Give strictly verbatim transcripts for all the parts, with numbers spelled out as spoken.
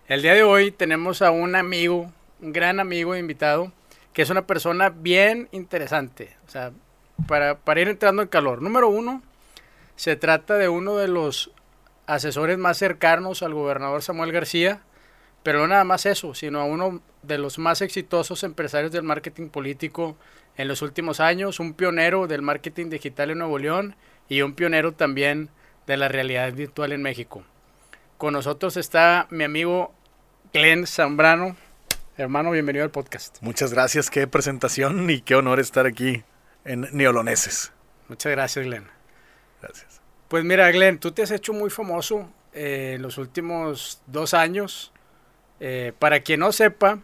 El día de hoy tenemos a un amigo, un gran amigo invitado, que es una persona bien interesante. O sea, para, para ir entrando en calor. Número uno, se trata de uno de los asesores más cercanos al gobernador Samuel García, pero no nada más eso, sino a uno de los más exitosos empresarios del marketing político en los últimos años, un pionero del marketing digital en Nuevo León y un pionero también de la realidad virtual en México. Con nosotros está mi amigo Glenn Zambrano. Hermano, bienvenido al podcast. Muchas gracias, qué presentación y qué honor estar aquí en Neoloneses. Muchas gracias, Glenn. Gracias. Pues mira, Glenn, tú te has hecho muy famoso eh, en los últimos dos años. Eh, para quien no sepa,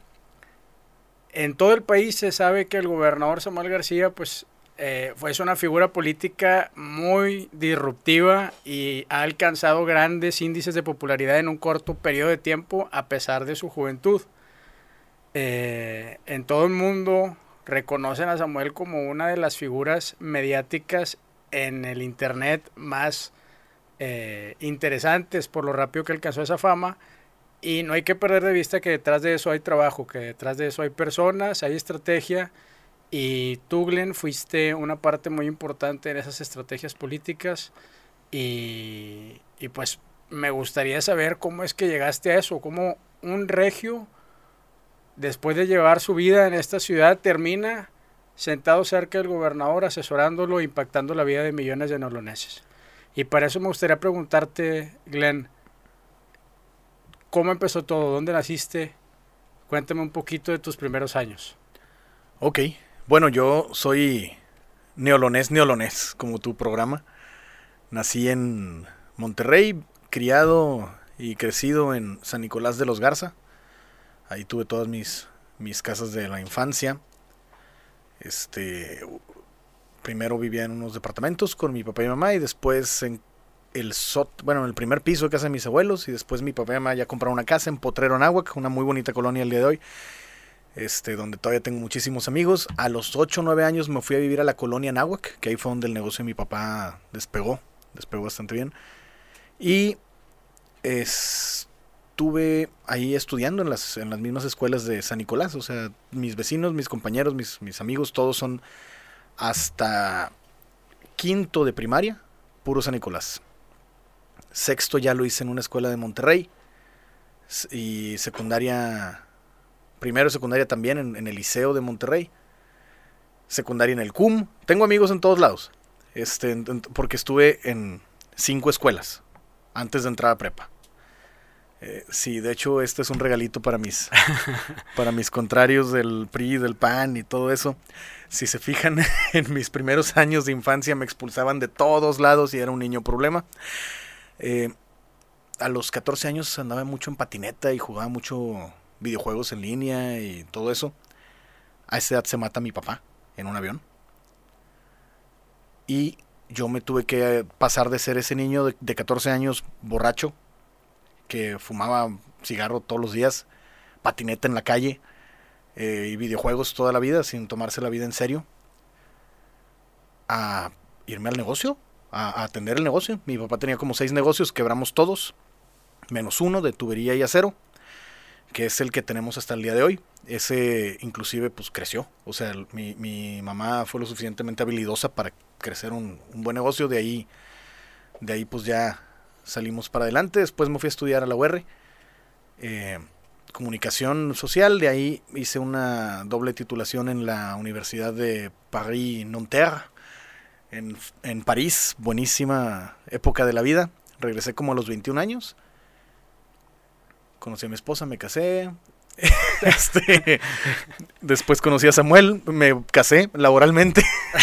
en todo el país se sabe que el gobernador Samuel García pues, eh, fue una figura política muy disruptiva y ha alcanzado grandes índices de popularidad en un corto periodo de tiempo a pesar de su juventud. Eh, en todo el mundo reconocen a Samuel como una de las figuras mediáticas en el internet más eh, interesantes por lo rápido que alcanzó esa fama. Y no hay que perder de vista que detrás de eso hay trabajo, que detrás de eso hay personas, hay estrategia. Y tú, Glenn, fuiste una parte muy importante en esas estrategias políticas. Y, y pues me gustaría saber cómo es que llegaste a eso, cómo un regio, después de llevar su vida en esta ciudad, termina sentado cerca del gobernador, asesorándolo, impactando la vida de millones de neoloneses. Y para eso me gustaría preguntarte, Glenn, ¿cómo empezó todo? ¿Dónde naciste? Cuéntame un poquito de tus primeros años. Ok, bueno, yo soy neolonés, neolonés, como tu programa. Nací en Monterrey, criado y crecido en San Nicolás de los Garza. Ahí tuve todas mis, mis casas de la infancia. Este, primero vivía en unos departamentos con mi papá y mamá y después en el sot, bueno, en el primer piso de casa de mis abuelos, y después mi papá y mamá ya compraron una casa en Potrero, Anáhuac, una muy bonita colonia el día de hoy, este, donde todavía tengo muchísimos amigos. A los ocho o nueve años me fui a vivir a la colonia Anáhuac, que ahí fue donde el negocio de mi papá despegó, despegó bastante bien. Y estuve ahí estudiando en las, en las mismas escuelas de San Nicolás, o sea, mis vecinos, mis compañeros, mis, mis amigos, todos son hasta quinto de primaria, puro San Nicolás. Sexto ya lo hice en una escuela de Monterrey. Y secundaria, primero y secundaria también en, en el Liceo de Monterrey. Secundaria en el C U M. Tengo amigos en todos lados. Este, en, en, porque estuve en cinco escuelas antes de entrar a prepa. Eh, sí, de hecho este es un regalito para mis, para mis contrarios del P R I, del P A N y todo eso. Si se fijan, en mis primeros años de infancia me expulsaban de todos lados y era un niño problema. Eh, a los catorce años andaba mucho en patineta y jugaba mucho videojuegos en línea y todo eso. A esa edad se mata mi papá en un avión. Y yo me tuve que pasar de ser ese niño de, de catorce años borracho, que fumaba cigarro todos los días, patineta en la calle eh, y videojuegos toda la vida sin tomarse la vida en serio, a irme al negocio. A atender el negocio. Mi papá tenía como seis negocios, quebramos todos, menos uno de tubería y acero, que es el que tenemos hasta el día de hoy. Ese inclusive pues creció, o sea, mi, mi mamá fue lo suficientemente habilidosa para crecer un, un buen negocio. De ahí, de ahí pues ya salimos para adelante. Después me fui a estudiar a la U R, eh, comunicación social. De ahí hice una doble titulación en la Universidad de Paris-Nanterre, En, en París, buenísima época de la vida. Regresé como a los veintiún años. Conocí a mi esposa, me casé. este, después conocí a Samuel, me casé laboralmente.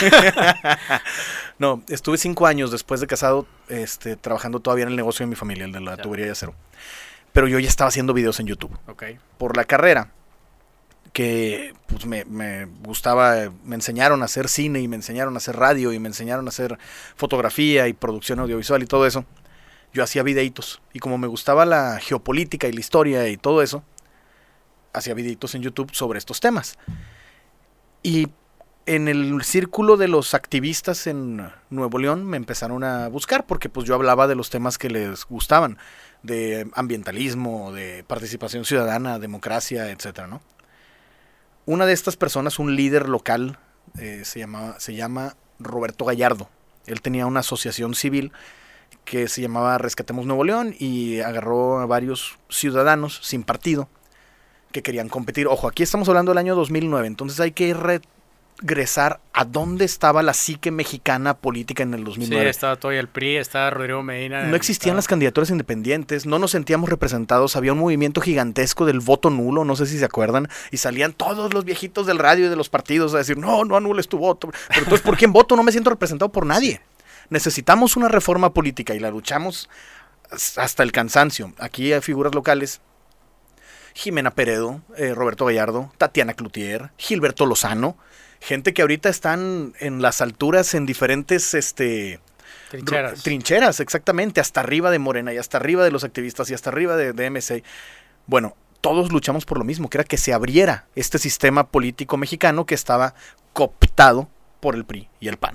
No, estuve cinco años después de casado, este, trabajando todavía en el negocio de mi familia, el de la tubería y acero. Pero yo ya estaba haciendo videos en YouTube. Okay. Por la carrera, que pues me, me gustaba, me enseñaron a hacer cine y me enseñaron a hacer radio y me enseñaron a hacer fotografía y producción audiovisual y todo eso. Yo hacía videitos y como me gustaba la geopolítica y la historia y todo eso, hacía videitos en YouTube sobre estos temas. Y en el círculo de los activistas en Nuevo León me empezaron a buscar porque pues yo hablaba de los temas que les gustaban. de ambientalismo, de participación ciudadana, democracia, etcétera, ¿no? Una de estas personas, un líder local, eh, se, llamaba, se llama Roberto Gallardo. Él tenía una asociación civil que se llamaba Rescatemos Nuevo León y agarró a varios ciudadanos sin partido que querían competir. Ojo, aquí estamos hablando del año dos mil nueve, entonces hay que regresar a dónde estaba la psique mexicana política en el dos mil nueve. Sí, estaba todavía el P R I, estaba Rodrigo Medina. No existían las candidaturas independientes, no nos sentíamos representados, había un movimiento gigantesco del voto nulo, no sé si se acuerdan, y salían todos los viejitos del radio y de los partidos a decir, no, no anules tu voto. Pero entonces, ¿por quién voto? No me siento representado por nadie. Necesitamos una reforma política y la luchamos hasta el cansancio. Aquí hay figuras locales: Jimena Peredo, eh, Roberto Gallardo, Tatiana Cloutier, Gilberto Lozano, gente que ahorita están en las alturas en diferentes este, trincheras. trincheras, exactamente, hasta arriba de Morena y hasta arriba de los activistas y hasta arriba de, de M C. Bueno, todos luchamos por lo mismo, que era que se abriera este sistema político mexicano que estaba cooptado por el P R I y el P A N.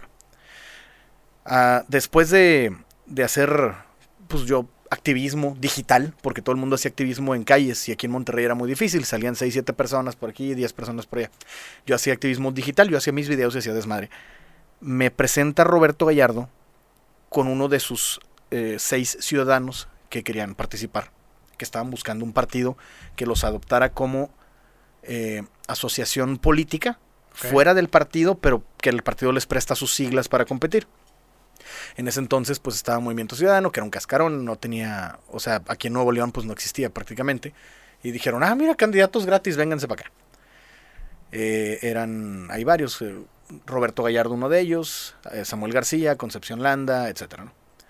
Uh, después de, de hacer, pues yo, activismo digital, porque todo el mundo hacía activismo en calles y aquí en Monterrey era muy difícil, salían seis, siete personas por aquí, diez personas por allá. Yo hacía activismo digital, yo hacía mis videos y hacía desmadre. Me presenta Roberto Gallardo con uno de sus eh, seis ciudadanos que querían participar, que estaban buscando un partido que los adoptara como eh, asociación política, okay, fuera del partido, pero que el partido les presta sus siglas para competir. En ese entonces pues estaba Movimiento Ciudadano, que era un cascarón, no tenía, o sea, aquí en Nuevo León pues no existía prácticamente, y dijeron, ah, mira, candidatos gratis, vénganse para acá. Eh, eran, hay varios, eh, Roberto Gallardo uno de ellos, eh, Samuel García, Concepción Landa, etcétera, ¿no?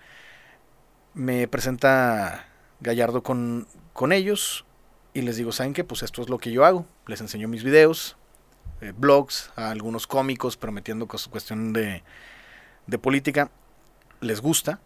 Me presenta Gallardo con, con ellos y les digo, ¿saben qué? Pues esto es lo que yo hago, les enseño mis videos, eh, blogs, a algunos cómicos prometiendo cos- cuestión de, de política. Les gusta.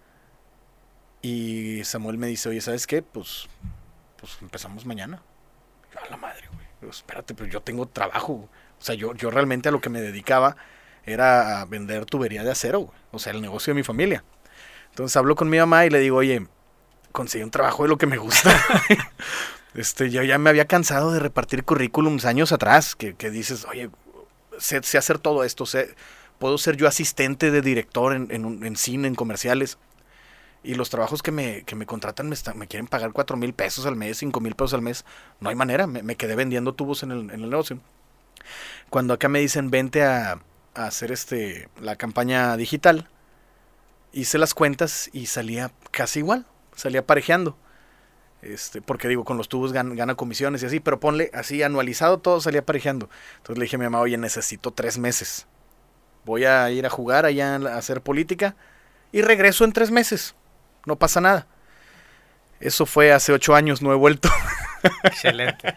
Y Samuel me dice, oye, ¿sabes qué? Pues, pues empezamos mañana. Yo, a la madre, güey. Digo, espérate, pero yo tengo trabajo. Güey. O sea, yo, yo realmente a lo que me dedicaba era a vender tubería de acero, güey. O sea, el negocio de mi familia. Entonces hablo con mi mamá y le digo, oye, conseguí un trabajo de lo que me gusta. este, yo ya me había cansado de repartir currículums años atrás. Que, que dices, oye, sé, sé hacer todo esto, sé... Puedo ser yo asistente de director en, en, en cine, en comerciales. Y los trabajos que me, que me contratan me, está, me quieren pagar cuatro mil pesos al mes, cinco mil pesos al mes. No hay manera, me, me quedé vendiendo tubos en el, en el negocio. Cuando acá me dicen, vente a, a hacer este la campaña digital, hice las cuentas y salía casi igual, salía parejeando. Este, porque digo, con los tubos gan, gana comisiones y así, pero ponle así anualizado todo, salía parejeando. Entonces le dije a mi mamá, oye, necesito tres meses. Voy a ir a jugar allá a hacer política y regreso en tres meses. No pasa nada. Eso fue hace ocho años, no he vuelto. Excelente.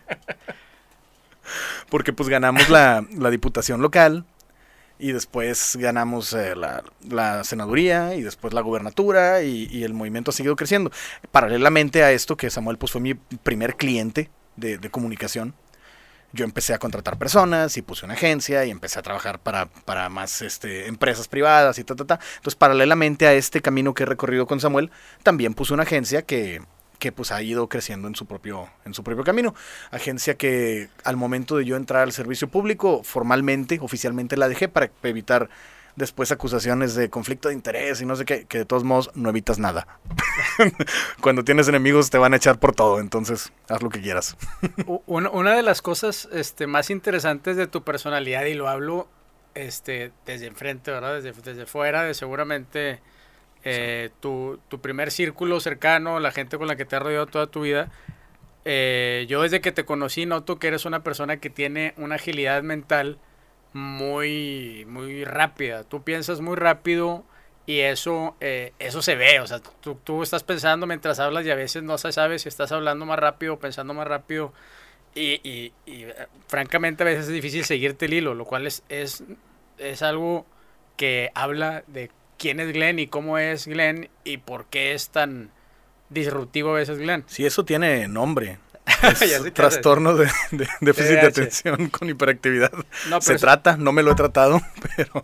Porque pues ganamos la, la diputación local y después ganamos eh, la, la senaduría y después la gubernatura y, y el movimiento ha seguido creciendo. Paralelamente a esto, que Samuel pues fue mi primer cliente de, de comunicación, yo empecé a contratar personas y puse una agencia y empecé a trabajar para, para más este, empresas privadas y ta, ta, ta. Entonces, paralelamente a este camino que he recorrido con Samuel, también puse una agencia que, que pues ha ido creciendo en su propio, en su propio camino. Agencia que al momento de yo entrar al servicio público, formalmente, oficialmente la dejé para evitar después acusaciones de conflicto de interés y no sé qué, que de todos modos no evitas nada. Cuando tienes enemigos te van a echar por todo, entonces haz lo que quieras. Una, una de las cosas este, más interesantes de tu personalidad, y lo hablo este, desde enfrente, ¿verdad? Desde, desde fuera, de seguramente eh, sí. tu, tu primer círculo cercano, la gente con la que te has rodeado toda tu vida. Eh, yo desde que te conocí noto que eres una persona que tiene una agilidad mental muy, muy rápida. Tú piensas muy rápido y eso, eh, eso se ve. O sea, tú, tú estás pensando mientras hablas y a veces no se sabe si estás hablando más rápido o pensando más rápido. Y, y, y francamente a veces es difícil seguirte el hilo, lo cual es, es, es algo que habla de quién es Glenn y cómo es Glenn y por qué es tan disruptivo a veces Glenn. Sí, eso tiene nombre. Es trastorno de, de déficit de atención con hiperactividad. No, se trata, no me lo he tratado, pero...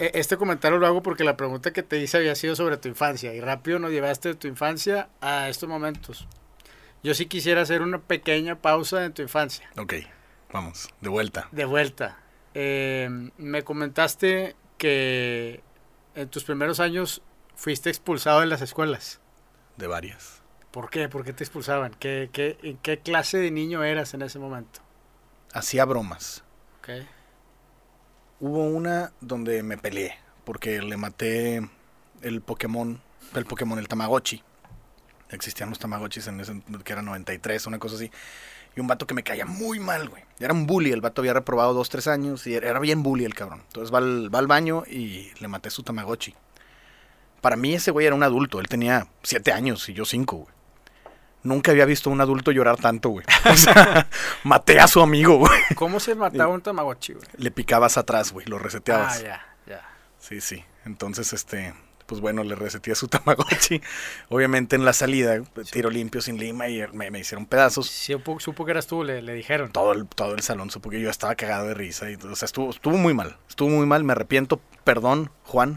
Este comentario lo hago porque la pregunta que te hice había sido sobre tu infancia y rápido nos llevaste de tu infancia a estos momentos. Yo sí quisiera hacer una pequeña pausa en tu infancia. Ok, vamos, de vuelta. De vuelta. Eh, me comentaste que en tus primeros años fuiste expulsado de las escuelas. De varias. ¿Por qué? ¿Por qué te expulsaban? ¿Qué, qué, ¿En qué clase de niño eras en ese momento? Hacía bromas. Okay. Hubo una donde me peleé porque le maté el Pokémon, el Pokémon, el Tamagotchi. Existían los Tamagotchis en ese, que era noventa y tres, una cosa así. Y un vato que me caía muy mal, güey. Era un bully, el vato había reprobado dos, tres años y era bien bully el cabrón. Entonces va al, va al baño y le maté su Tamagotchi. Para mí ese güey era un adulto, él tenía siete años y yo cinco, güey. Nunca había visto a un adulto llorar tanto, güey. O sea, maté a su amigo, güey. ¿Cómo se mataba un Tamagotchi, güey? Le picabas atrás, güey, lo reseteabas. Ah, ya, ya. Sí, sí. Entonces, este, pues bueno, le reseteé su Tamagotchi. Obviamente en la salida, tiro limpio, sin lima, y me, me hicieron pedazos. Sí, supo, supo que eras tú, le, le dijeron. Todo el, todo el salón supo que yo estaba cagado de risa. Y, o sea, estuvo, estuvo muy mal. Estuvo muy mal, me arrepiento. Perdón, Juan.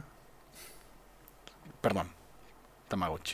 Perdón, Tamagotchi.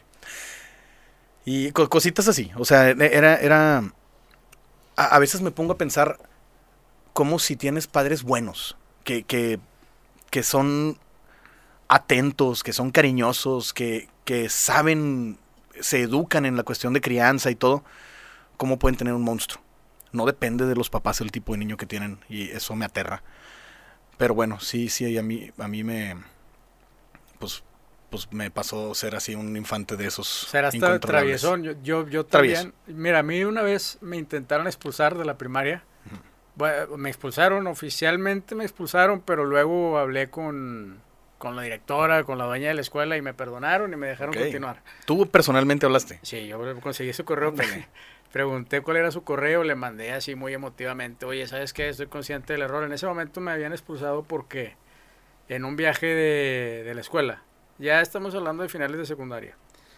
Y co- cositas así, o sea, era, era, a, a veces me pongo a pensar como si tienes padres buenos, que, que, que son atentos, que son cariñosos, que, que saben, se educan en la cuestión de crianza y todo, ¿cómo pueden tener un monstruo? No depende de los papás el tipo de niño que tienen y eso me aterra. Pero bueno, sí, sí, a mí, a mí me, pues... pues me pasó ser así un infante de esos. O sea, hasta traviesón. Yo, yo, yo también. Travieso. Mira, a mí una vez me intentaron expulsar de la primaria. Uh-huh. Bueno, me expulsaron, oficialmente me expulsaron, pero luego hablé con, con la directora, con la dueña de la escuela y me perdonaron y me dejaron okay. continuar. ¿Tú personalmente hablaste? Sí, yo conseguí su correo. Pregunté cuál era su correo, le mandé así muy emotivamente. Oye, ¿sabes qué? Estoy consciente del error. En ese momento me habían expulsado porque en un viaje de, de la escuela. Ya estamos hablando de finales de secundaria.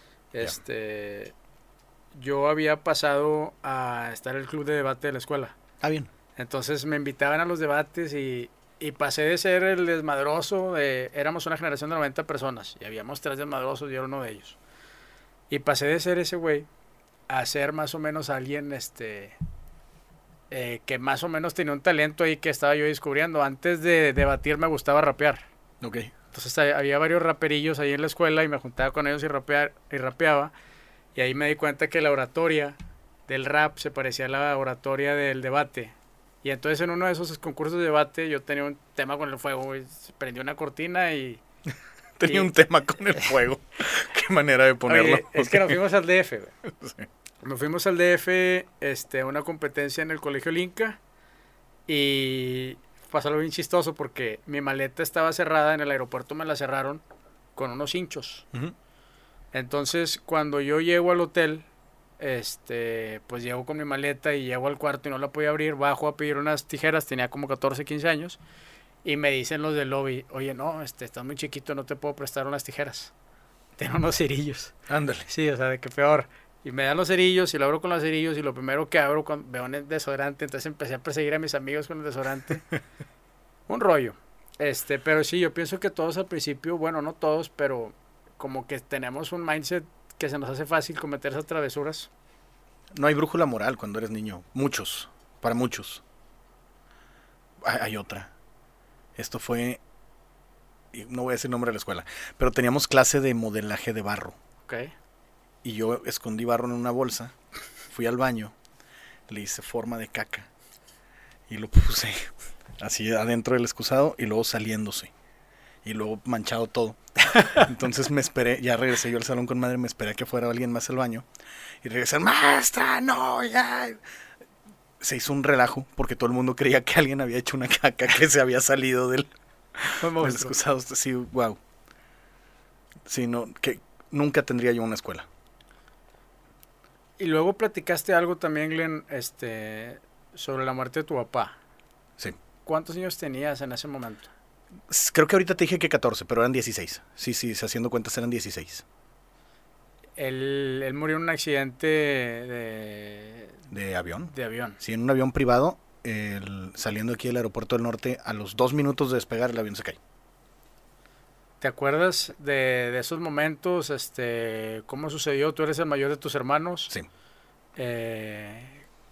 Este, yeah. Yo había pasado a estar en el club de debate de la escuela. Ah, bien. Entonces me invitaban a los debates y, y pasé de ser el desmadroso de... Éramos una generación de noventa personas y habíamos tres desmadrosos y yo era uno de ellos. Y pasé de ser ese güey a ser más o menos alguien este, eh, que más o menos tenía un talento ahí que estaba yo descubriendo. Antes de debatir me gustaba rapear. Ok. Entonces había varios raperillos ahí en la escuela y me juntaba con ellos y, rapear, y rapeaba. Y ahí me di cuenta que la oratoria del rap se parecía a la oratoria del debate. Y entonces en uno de esos concursos de debate yo tenía un tema con el fuego. Y prendí una cortina y... tenía y, un tema con el fuego. Qué manera de ponerlo. Oye, es que nos fuimos al D F. Sí. Nos fuimos al D F este, a una competencia en el Colegio Linca. Y... pasó algo bien chistoso porque mi maleta estaba cerrada, en el aeropuerto me la cerraron con unos hinchos. Uh-huh. Entonces, cuando yo llego al hotel, este, pues llego con mi maleta y llego al cuarto y no la podía abrir, bajo a pedir unas tijeras, tenía como catorce, quince años, y me dicen los del lobby, oye, no, este, estás muy chiquito, no te puedo prestar unas tijeras. Tengo unos cerillos. Ándale. Sí, o sea, de que peor. Y me dan los cerillos y lo abro con los cerillos y lo primero que abro cuando veo un desodorante, entonces empecé a perseguir a mis amigos con el desodorante. Un rollo. Este, pero sí, yo pienso que todos al principio, bueno, no todos, pero como que tenemos un mindset que se nos hace fácil cometer esas travesuras. No hay brújula moral cuando eres niño. Muchos, para muchos. Hay, hay otra. Esto fue, no voy a decir el nombre de la escuela, pero teníamos clase de modelaje de barro. Ok. Y yo escondí barro en una bolsa, fui al baño, le hice forma de caca y lo puse así adentro del excusado y luego saliéndose y luego manchado todo. Entonces me esperé, ya regresé yo al salón con madre, me esperé a que fuera alguien más al baño y regresé, maestra, no, ya. Se hizo un relajo porque todo el mundo creía que alguien había hecho una caca que se había salido del, del excusado. Sí, wow. Sí, no, que nunca tendría yo una escuela. Y luego platicaste algo también, Glenn, este, sobre la muerte de tu papá. Sí. ¿Cuántos años tenías en ese momento? Creo que ahorita te dije que catorce, pero eran dieciséis. Sí, sí, haciendo cuentas eran dieciséis. Él, él murió en un accidente de... ¿De avión? De avión. Sí, en un avión privado, el, saliendo aquí del aeropuerto del norte, a los dos minutos de despegar el avión se cae. ¿Te acuerdas de, de esos momentos? Este, ¿cómo sucedió? Tú eres el mayor de tus hermanos. Sí. Eh,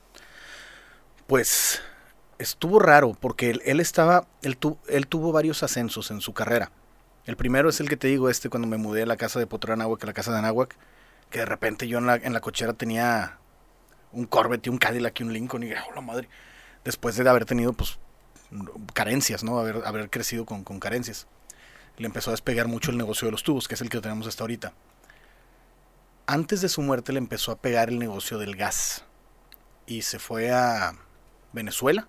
Pues estuvo raro porque él, él estaba, él, tu, él tuvo varios ascensos en su carrera. El primero es el que te digo, este, cuando me mudé a la casa de Potrero Anáhuac, a la casa de Anáhuac, que de repente yo en la, en la cochera tenía un Corvette y un Cadillac y un Lincoln, y dije, oh, la madre. Después de haber tenido, pues, carencias, ¿no? Haber, haber crecido con, con carencias. Le empezó a despegar mucho el negocio de los tubos, que es el que tenemos hasta ahorita. Antes de su muerte le empezó a pegar el negocio del gas. Y se fue a Venezuela.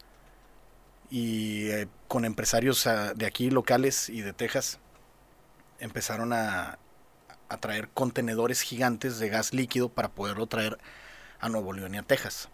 Y eh, con empresarios uh, de aquí locales y de Texas empezaron a, a traer contenedores gigantes de gas líquido para poderlo traer a Nuevo León y a Texas.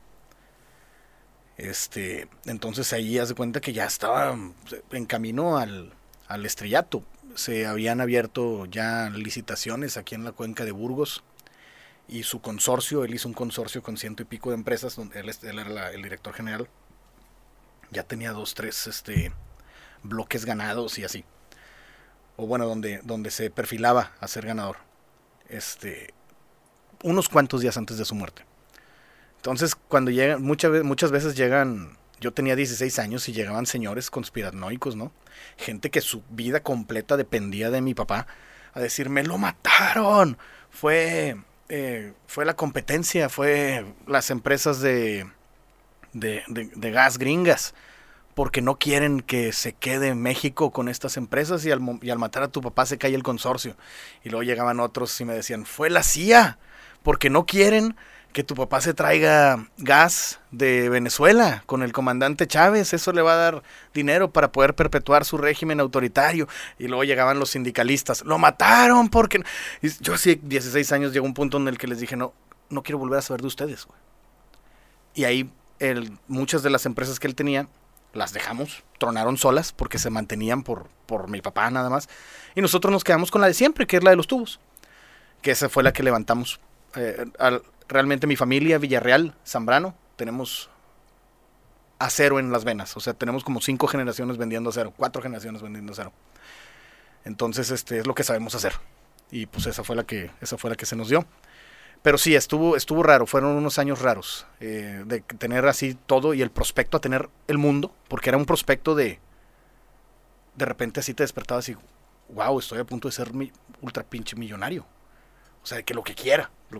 Este, entonces ahí haz de cuenta que ya estaba en camino al, al estrellato. Se habían abierto ya licitaciones aquí en la cuenca de Burgos y su consorcio, él hizo un consorcio con ciento y pico de empresas, donde él, él era la, el director general. Ya tenía dos, tres este, bloques ganados y así. O bueno, donde, donde se perfilaba a ser ganador. Este, unos cuantos días antes de su muerte. Entonces, cuando llegan, muchas, muchas veces llegan, yo tenía dieciséis años y llegaban señores conspiranoicos, ¿no? Gente que su vida completa dependía de mi papá, a decirme, lo mataron. Fue, eh, fue la competencia, fue las empresas de, de, de, de gas gringas, porque no quieren que se quede México con estas empresas y al, y al matar a tu papá se cae el consorcio. Y luego llegaban otros y me decían, fue la C I A, porque no quieren que tu papá se traiga gas de Venezuela con el comandante Chávez, eso le va a dar dinero para poder perpetuar su régimen autoritario. Y luego llegaban los sindicalistas, lo mataron porque... Y yo así, dieciséis años, llegó un punto en el que les dije, no, no quiero volver a saber de ustedes, güey. Y ahí el, muchas de las empresas que él tenía, las dejamos, tronaron solas porque se mantenían por, por mi papá nada más. Y nosotros nos quedamos con la de siempre, que es la de los tubos, que esa fue la que levantamos. Eh, al, realmente mi familia, Villarreal, Zambrano, tenemos acero en las venas. O sea, tenemos como cinco generaciones vendiendo acero, cuatro generaciones vendiendo acero. Entonces, este es lo que sabemos hacer. Y pues esa fue la que, esa fue la que se nos dio. Pero sí, estuvo, estuvo raro, fueron unos años raros. Eh, de tener así todo y el prospecto a tener el mundo, porque era un prospecto de... De repente así te despertabas y, wow, estoy a punto de ser mi ultra pinche millonario. O sea, de que lo que quiera. Lo,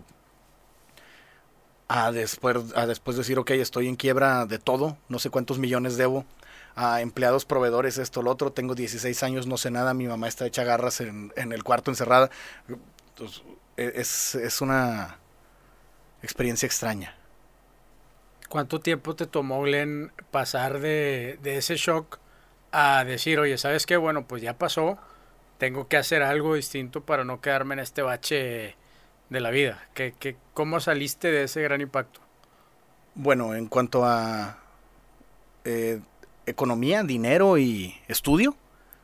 a después, a después decir, ok, estoy en quiebra de todo, no sé cuántos millones debo, a empleados, proveedores, esto, lo otro, tengo dieciséis años, no sé nada, mi mamá está hecha garras en, en el cuarto encerrada. Entonces, es, es una experiencia extraña. ¿Cuánto tiempo te tomó, Glenn, pasar de, de ese shock a decir, oye, ¿sabes qué? Bueno, pues ya pasó, tengo que hacer algo distinto para no quedarme en este bache de la vida? ¿Qué, qué, ¿Cómo saliste de ese gran impacto? Bueno, en cuanto a eh, economía, dinero y estudio,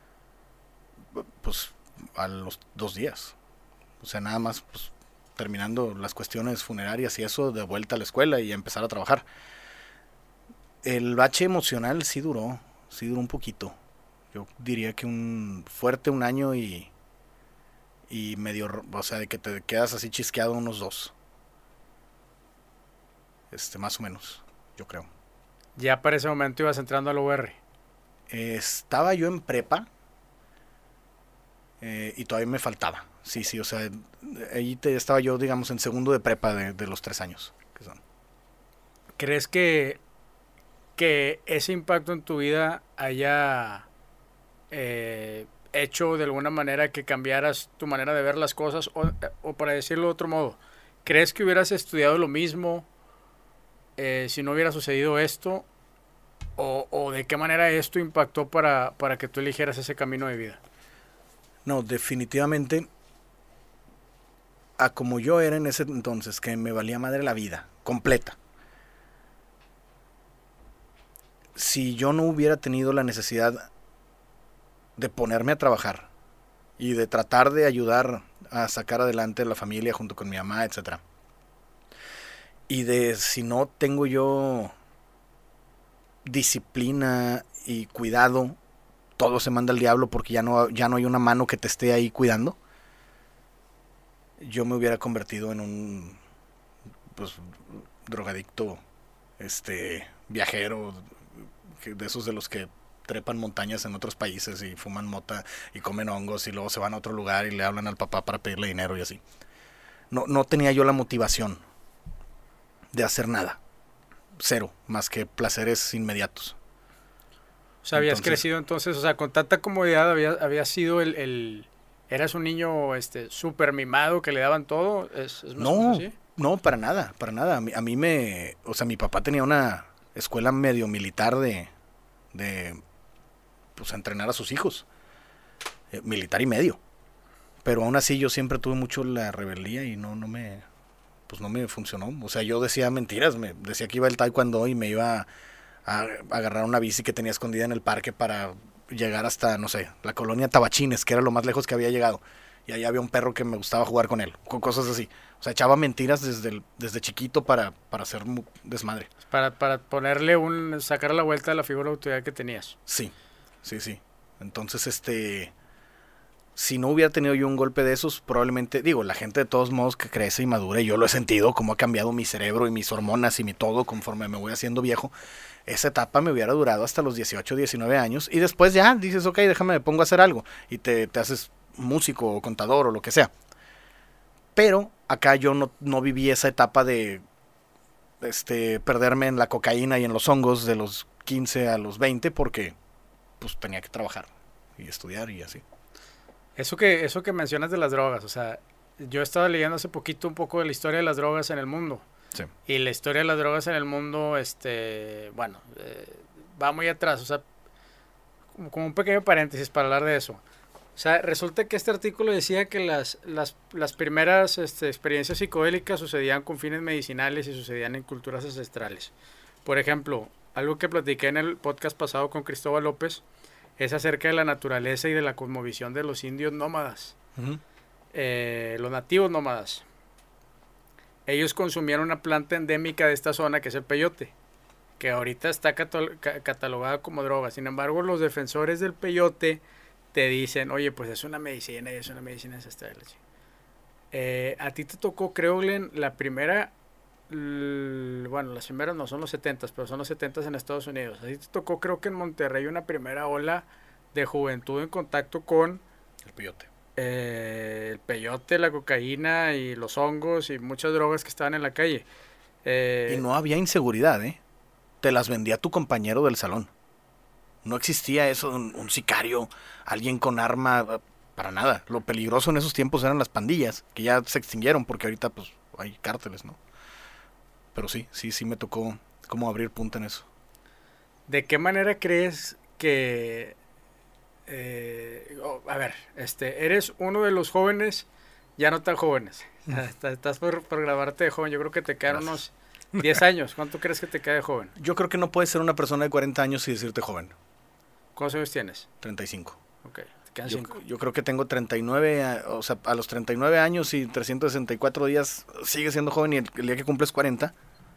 pues a los dos días. O sea, nada más pues, terminando las cuestiones funerarias y eso, de vuelta a la escuela y a empezar a trabajar. El bache emocional sí duró, sí duró un poquito. Yo diría que un fuerte un año y... Y medio, o sea, de que te quedas así chisqueado unos dos. Este, más o menos, yo creo. Ya para ese momento ibas entrando al U R. Eh, estaba yo en prepa. Eh, y todavía me faltaba. Sí, sí, o sea, ahí te, estaba yo, digamos, en segundo de prepa de, de los tres años. Que son. ¿Crees que, que ese impacto en tu vida haya... Eh, hecho de alguna manera que cambiaras tu manera de ver las cosas o, o para decirlo de otro modo, ¿crees que hubieras estudiado lo mismo eh, si no hubiera sucedido esto o, o de qué manera esto impactó para, para que tú eligieras ese camino de vida? No, definitivamente a como yo era en ese entonces, que me valía madre la vida completa, si yo no hubiera tenido la necesidad de ponerme a trabajar y de tratar de ayudar a sacar adelante a la familia junto con mi mamá, etcétera. Y de si no tengo yo disciplina y cuidado todo se manda al diablo porque ya no, ya no hay una mano que te esté ahí cuidando, yo me hubiera convertido en un pues drogadicto, este viajero, de esos de los que trepan montañas en otros países y fuman mota y comen hongos y luego se van a otro lugar y le hablan al papá para pedirle dinero y así. No, no tenía yo la motivación de hacer nada. Cero, más que placeres inmediatos. O sea, habías Entonces, crecido entonces, o sea, con tanta comodidad había, había sido el, el... ¿Eras un niño este súper mimado que le daban todo? ¿Es, es más o no, menos así? no, para nada, para nada. A mí, a mí me... O sea, mi papá tenía una escuela medio militar de... de pues, entrenar a sus hijos. Eh, militar y medio. Pero aún así yo siempre tuve mucho la rebeldía y no, no me... Pues no me funcionó. O sea, yo decía mentiras. Me decía que iba al taekwondo y me iba a, a agarrar una bici que tenía escondida en el parque para llegar hasta, no sé, la colonia Tabachines, que era lo más lejos que había llegado. Y ahí había un perro que me gustaba jugar con él. Con cosas así. O sea, echaba mentiras desde, el, desde chiquito para, para hacer desmadre. Para, para ponerle un... sacar la vuelta a la figura de autoridad que tenías. Sí, sí, sí. Entonces, este... si no hubiera tenido yo un golpe de esos, probablemente, digo, la gente de todos modos que crece y madura, y yo lo he sentido, cómo ha cambiado mi cerebro y mis hormonas y mi todo conforme me voy haciendo viejo, esa etapa me hubiera durado hasta los dieciocho, diecinueve años, y después ya dices, ok, déjame, me pongo a hacer algo, y te, te haces músico o contador o lo que sea. Pero acá yo no, no viví esa etapa de este perderme en la cocaína y en los hongos de los quince a los veinte, porque pues tenía que trabajar y estudiar y así. Eso que, eso que mencionas de las drogas, o sea, yo estaba leyendo hace poquito un poco de la historia de las drogas en el mundo. Sí. Y la historia de las drogas en el mundo, este, bueno, eh, va muy atrás, o sea, como, como un pequeño paréntesis para hablar de eso. O sea, resulta que este artículo decía que las, las, las primeras este, experiencias psicodélicas sucedían con fines medicinales y sucedían en culturas ancestrales. Por ejemplo, algo que platiqué en el podcast pasado con Cristóbal López es acerca de la naturaleza y de la cosmovisión de los indios nómadas, uh-huh. eh, los nativos nómadas. Ellos consumían una planta endémica de esta zona que es el peyote, que ahorita está catal- ca- catalogada como droga. Sin embargo, los defensores del peyote te dicen, oye, pues es una medicina y es una medicina ancestral. Eh, a ti te tocó, creo, Glenn, la primera, l- bueno, las primeras no son los setentas, pero son los setentas en Estados Unidos. A ti te tocó, creo que en Monterrey, una primera ola de juventud en contacto con el peyote. Eh, el peyote, la cocaína y los hongos y muchas drogas que estaban en la calle. Eh, y no había inseguridad, ¿eh? Te las vendía tu compañero del salón. No existía eso, un, un sicario, alguien con arma, para nada. Lo peligroso en esos tiempos eran las pandillas, que ya se extinguieron porque ahorita pues hay cárteles, ¿no? Pero sí, sí, sí me tocó como abrir punta en eso. ¿De qué manera crees que... Eh, oh, a ver, este, eres uno de los jóvenes, ya no tan jóvenes. Estás por, por graduarte de joven, yo creo que te quedan Gracias. unos diez años. ¿Cuánto crees que te queda de joven? Yo creo que no puedes ser una persona de cuarenta años y decirte joven. ¿Cuántos años tienes? treinta y cinco. Ok, te quedan yo, cinco. Yo creo que tengo treinta y nueve, o sea, a los treinta y nueve años y trescientos sesenta y cuatro días sigues siendo joven, y el, el día que cumples cuarenta,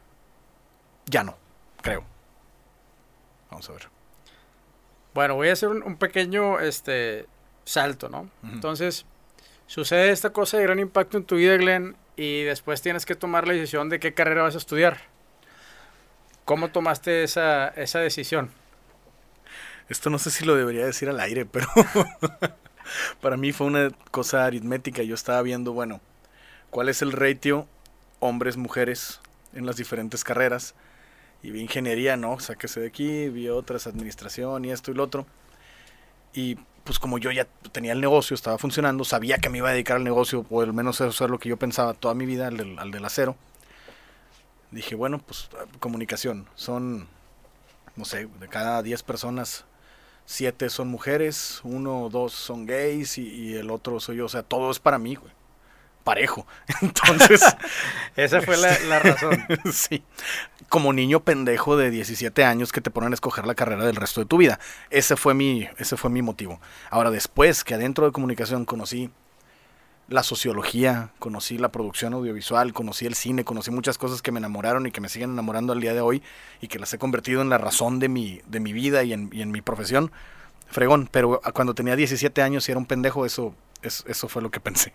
ya no, creo. Vamos a ver. Bueno, voy a hacer un, un pequeño este, salto, ¿no? Uh-huh. Entonces, sucede esta cosa de gran impacto en tu vida, Glenn, y después tienes que tomar la decisión de qué carrera vas a estudiar. ¿Cómo tomaste esa, esa decisión? Esto no sé si lo debería decir al aire, pero para mí fue una cosa aritmética. Yo estaba viendo, bueno, cuál es el ratio hombres-mujeres en las diferentes carreras. Y vi ingeniería, ¿no? Sáquese de aquí, vi otras, administración y esto y lo otro. Y pues como yo ya tenía el negocio, estaba funcionando, sabía que me iba a dedicar al negocio, o al menos eso es lo que yo pensaba toda mi vida, al del, al del acero. Dije, bueno, pues comunicación. Son, no sé, de cada diez personas, siete son mujeres, uno o dos son gays y, y el otro soy yo. O sea, todo es para mí, güey. Parejo. Entonces... Esa fue la, la razón. Sí. Como niño pendejo de diecisiete años que te ponen a escoger la carrera del resto de tu vida. Ese fue mi, ese fue mi motivo. Ahora, después que adentro de comunicación conocí la sociología, conocí la producción audiovisual, conocí el cine, conocí muchas cosas que me enamoraron y que me siguen enamorando al día de hoy y que las he convertido en la razón de mi, de mi vida y en, y en mi profesión, fregón, pero cuando tenía diecisiete años y era un pendejo, eso, eso, eso fue lo que pensé.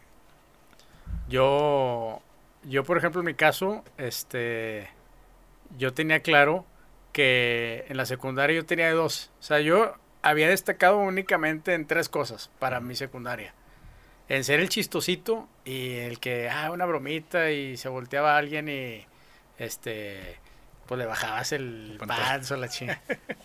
Yo, yo por ejemplo, en mi caso, este, yo tenía claro que en la secundaria yo tenía dos. O sea, yo había destacado únicamente en tres cosas para mi secundaria. En ser el chistosito y el que, ah, una bromita y se volteaba a alguien y, este, pues le bajabas el pants o la chinga.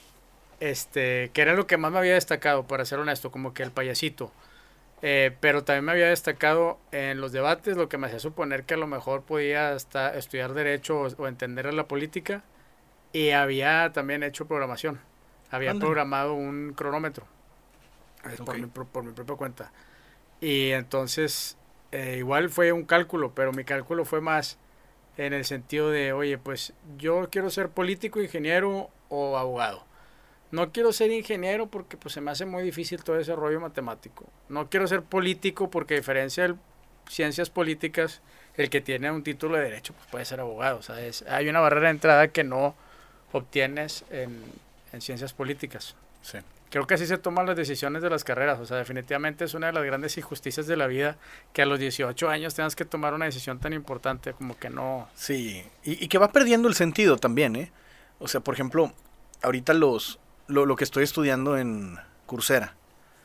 Este, que era lo que más me había destacado, para ser honesto, como que el payasito. Eh, pero también me había destacado en los debates, lo que me hacía suponer que a lo mejor podía hasta estudiar derecho o, o entender la política. Y había también hecho programación. Había Anda. programado un cronómetro. Okay. Por, mi, por mi propia cuenta. Y entonces, eh, igual fue un cálculo, pero mi cálculo fue más en el sentido de, oye, pues yo quiero ser político, ingeniero o abogado. No quiero ser ingeniero porque pues se me hace muy difícil todo ese rollo matemático. No quiero ser político porque a diferencia de ciencias políticas, el que tiene un título de derecho pues puede ser abogado. O sea, es, hay una barrera de entrada que no obtienes en, en ciencias políticas. Sí. Creo que así se toman las decisiones de las carreras. O sea, definitivamente es una de las grandes injusticias de la vida que a los dieciocho años tengas que tomar una decisión tan importante como que no... Sí, y, y que va perdiendo el sentido también, ¿eh? O sea, por ejemplo, ahorita los lo, lo que estoy estudiando en Coursera,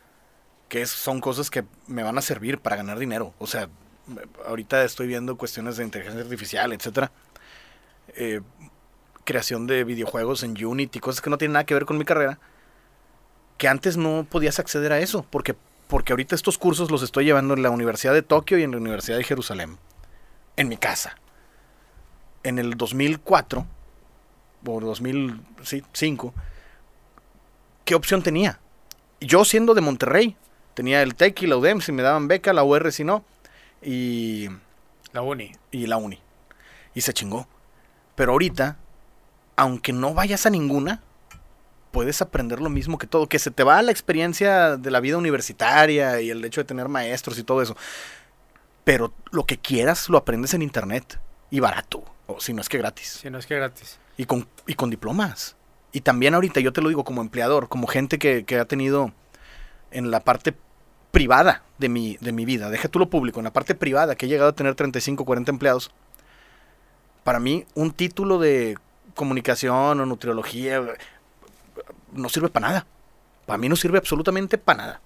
que es, son cosas que me van a servir para ganar dinero. O sea, ahorita estoy viendo cuestiones de inteligencia artificial, etcétera. Eh, creación de videojuegos en Unity, cosas que no tienen nada que ver con mi carrera, que antes no podías acceder a eso, porque, porque ahorita estos cursos los estoy llevando en la Universidad de Tokio y en la Universidad de Jerusalén, en mi casa. En el dos mil cuatro, o dos mil cinco, ¿qué opción tenía? Yo siendo de Monterrey, tenía el TEC y la U D E M si me daban beca, la U R si no, y... La uni. Y la uni. Y se chingó. Pero ahorita, aunque no vayas a ninguna, puedes aprender lo mismo que todo, que se te va la experiencia de la vida universitaria y el hecho de tener maestros y todo eso, pero lo que quieras lo aprendes en internet y barato, o si no es que gratis. Si no es que gratis. Y con, y con diplomas. Y también ahorita, yo te lo digo como empleador, como gente que, que ha tenido en la parte privada de mi, de mi vida, deja tú lo público, en la parte privada, que he llegado a tener treinta y cinco, cuarenta empleados, para mí un título de comunicación o nutriología no sirve para nada. Para mí no sirve absolutamente para nada.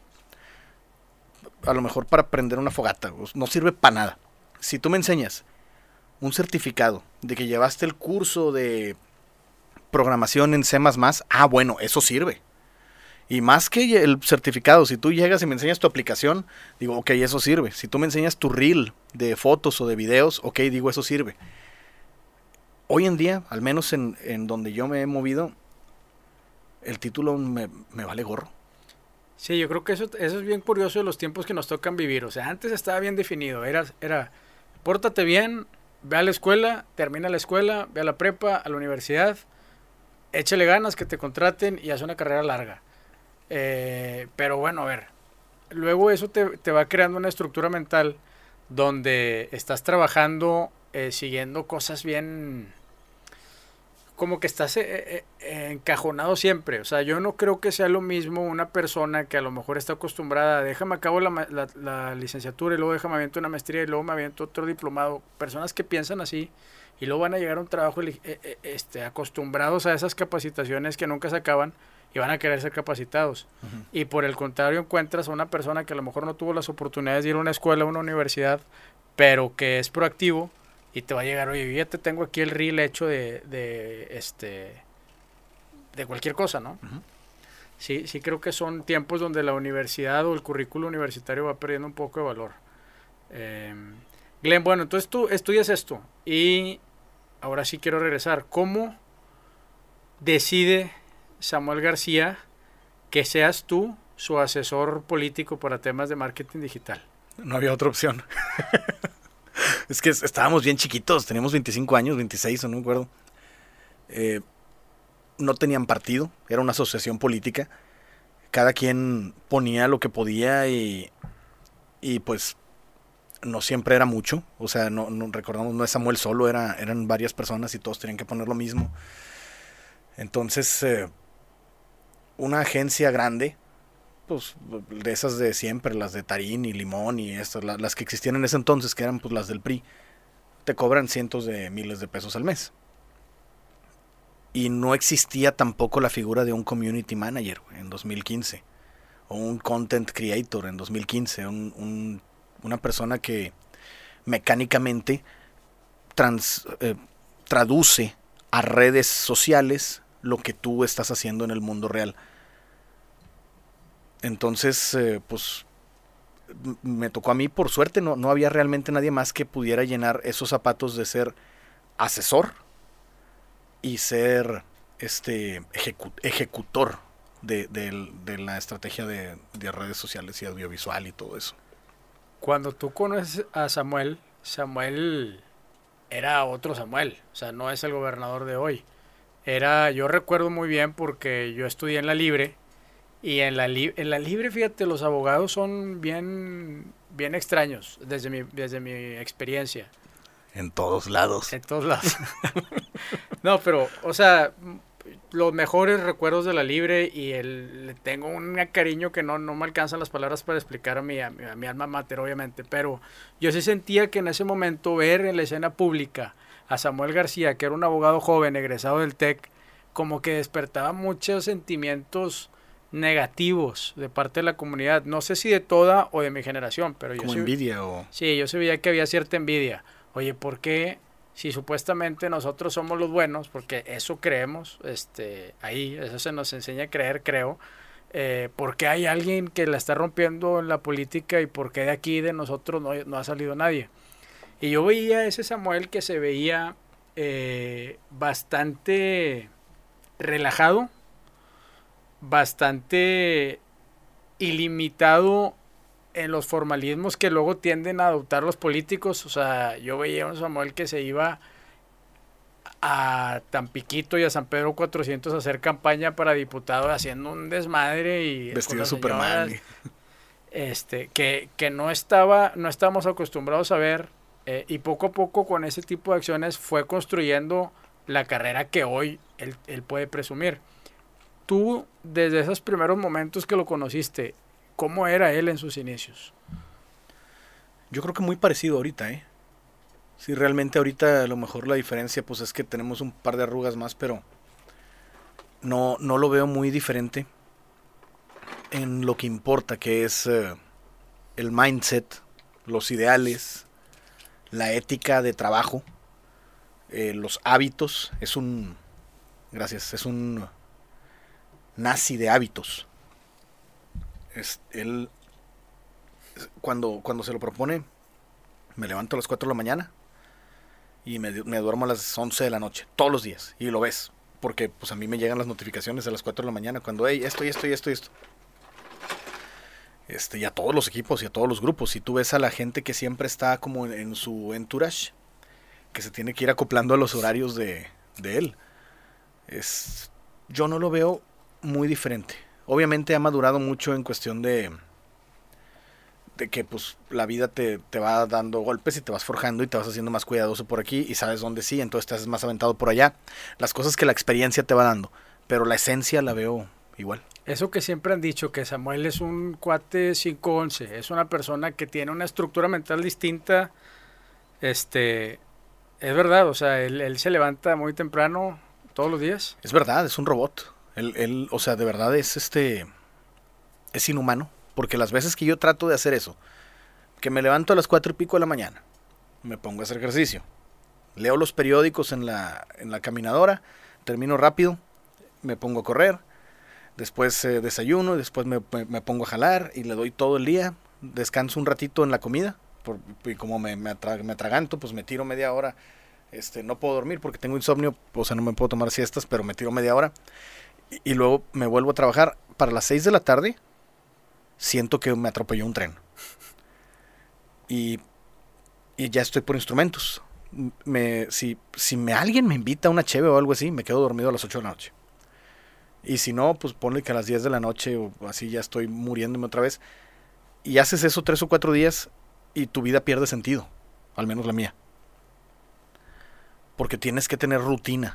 A lo mejor para prender una fogata. No sirve para nada. Si tú me enseñas un certificado de que llevaste el curso de programación en C más más, ah, bueno, eso sirve. Y más que el certificado, si tú llegas y me enseñas tu aplicación, digo, ok, eso sirve. Si tú me enseñas tu reel de fotos o de videos, ok, digo, eso sirve. Hoy en día, al menos en, en donde yo me he movido, el título me, me vale gorro. Sí, yo creo que eso, eso es bien curioso de los tiempos que nos tocan vivir. O sea, antes estaba bien definido. Era, era pórtate bien, ve a la escuela, termina la escuela, ve a la prepa, a la universidad, échale ganas que te contraten y haz una carrera larga. Eh, pero bueno, a ver, luego eso te, te va creando una estructura mental donde estás trabajando eh, siguiendo cosas bien... como que estás eh, eh, encajonado siempre. O sea, yo no creo que sea lo mismo una persona que a lo mejor está acostumbrada a déjame acabo la, la, la licenciatura y luego déjame aviento una maestría y luego me aviento otro diplomado. Personas que piensan así y luego van a llegar a un trabajo eh, eh, este, acostumbrados a esas capacitaciones que nunca se acaban y van a querer ser capacitados. Uh-huh. Y por el contrario encuentras a una persona que a lo mejor no tuvo las oportunidades de ir a una escuela, a una universidad, pero que es proactivo. Y te va a llegar, oye, ya te tengo aquí el reel hecho de, de, este, de cualquier cosa, ¿no? Uh-huh. Sí, sí creo que son tiempos donde la universidad o el currículo universitario va perdiendo un poco de valor. Eh, Glenn, bueno, entonces tú estudias esto y ahora sí quiero regresar. ¿Cómo decide Samuel García que seas tú su asesor político para temas de marketing digital? No había otra opción. Es que estábamos bien chiquitos, teníamos veinticinco años, veintiséis, no me acuerdo. Eh, no tenían partido, era una asociación política. Cada quien ponía lo que podía y, y pues no siempre era mucho. O sea, no, no recordamos, no es Samuel solo, era, eran varias personas y todos tenían que poner lo mismo. Entonces, eh, una agencia grande pues de esas de siempre, las de Tarín y Limón y estas, la, las que existían en ese entonces, que eran pues las del P R I, te cobran cientos de miles de pesos al mes. Y no existía tampoco la figura de un community manager, güey, en dos mil quince, o un content creator en dos mil quince, un, un, una persona que mecánicamente trans, eh, traduce a redes sociales lo que tú estás haciendo en el mundo real. Entonces, eh, pues me tocó a mí, por suerte, no, no había realmente nadie más que pudiera llenar esos zapatos de ser asesor y ser este ejecu- ejecutor de, de, de la estrategia de, de redes sociales y audiovisual y todo eso. Cuando tú conoces a Samuel, Samuel era otro Samuel, o sea, no es el gobernador de hoy. Era, yo recuerdo muy bien porque yo estudié en la Libre. Y en la, li- en la Libre, fíjate, los abogados son bien, bien extraños desde mi, desde mi experiencia. En todos lados. En todos lados. No, pero, o sea, los mejores recuerdos de la Libre y el, le tengo un cariño que no, no me alcanzan las palabras para explicar a mi, a, mi, a mi alma mater, obviamente. Pero yo sí sentía que en ese momento ver en la escena pública a Samuel García, que era un abogado joven, egresado del TEC, como que despertaba muchos sentimientos negativos de parte de la comunidad, no sé si de toda o de mi generación, pero yo como sí, envidia o sí, yo sí veía que había cierta envidia. Oye, ¿por qué si supuestamente nosotros somos los buenos? Porque eso creemos, este, ahí, eso se nos enseña a creer, creo. Eh, ¿por qué hay alguien que la está rompiendo en la política y por qué de aquí de nosotros no, no ha salido nadie? Y yo veía a ese Samuel que se veía eh, bastante relajado, bastante ilimitado en los formalismos que luego tienden a adoptar los políticos. O sea, yo veía a un Samuel que se iba a Tampiquito y a San Pedro cuatrocientos a hacer campaña para diputado haciendo un desmadre y vestido de Superman. Este, que, que no estaba, no estábamos acostumbrados a ver, eh, y poco a poco con ese tipo de acciones fue construyendo la carrera que hoy él, él puede presumir. Tú, desde esos primeros momentos que lo conociste, ¿cómo era él en sus inicios? Yo creo que muy parecido ahorita, ¿eh? Sí, realmente ahorita a lo mejor la diferencia pues es que tenemos un par de arrugas más, pero no, no lo veo muy diferente en lo que importa, que es uh, el mindset, los ideales, la ética de trabajo, eh, los hábitos. Es un, gracias, es un nazi de hábitos. Es, él, cuando, cuando se lo propone, me levanto a las cuatro de la mañana y me, me duermo a las once de la noche, todos los días, y lo ves, porque pues a mí me llegan las notificaciones a las cuatro de la mañana, cuando, hey, esto y esto y esto y esto. Este, y a todos los equipos y a todos los grupos, y tú ves a la gente que siempre está como en, en su entourage, que se tiene que ir acoplando a los horarios de, de él. Es, yo no lo veo muy diferente. Obviamente ha madurado mucho en cuestión de de que pues la vida te, te va dando golpes y te vas forjando y te vas haciendo más cuidadoso por aquí y sabes dónde sí, entonces te haces más aventado por allá. Las cosas que la experiencia te va dando, pero la esencia la veo igual. Eso que siempre han dicho, que Samuel es un cuate cinco once, es una persona que tiene una estructura mental distinta, este, es verdad, o sea, él, él se levanta muy temprano todos los días. Es verdad, es un robot. Él, él, o sea, de verdad es este, es inhumano, porque las veces que yo trato de hacer eso, que me levanto a las cuatro y pico de la mañana, me pongo a hacer ejercicio, leo los periódicos en la, en la caminadora, termino rápido, me pongo a correr, después eh, desayuno, después me, me, me pongo a jalar y le doy todo el día, descanso un ratito en la comida, por, y como me, me, atra, me atraganto, pues me tiro media hora, este, no puedo dormir porque tengo insomnio, o sea, no me puedo tomar siestas, pero me tiro media hora, y, y luego me vuelvo a trabajar. Para las seis de la tarde, siento que me atropelló un tren, y, y ya estoy por instrumentos. Me, si, si me, alguien me invita a una cheve o algo así, me quedo dormido a las ocho de la noche. Y si no, pues ponle que a las diez de la noche o así ya estoy muriéndome otra vez. Y haces eso tres o cuatro días y tu vida pierde sentido. Al menos la mía. Porque tienes que tener rutina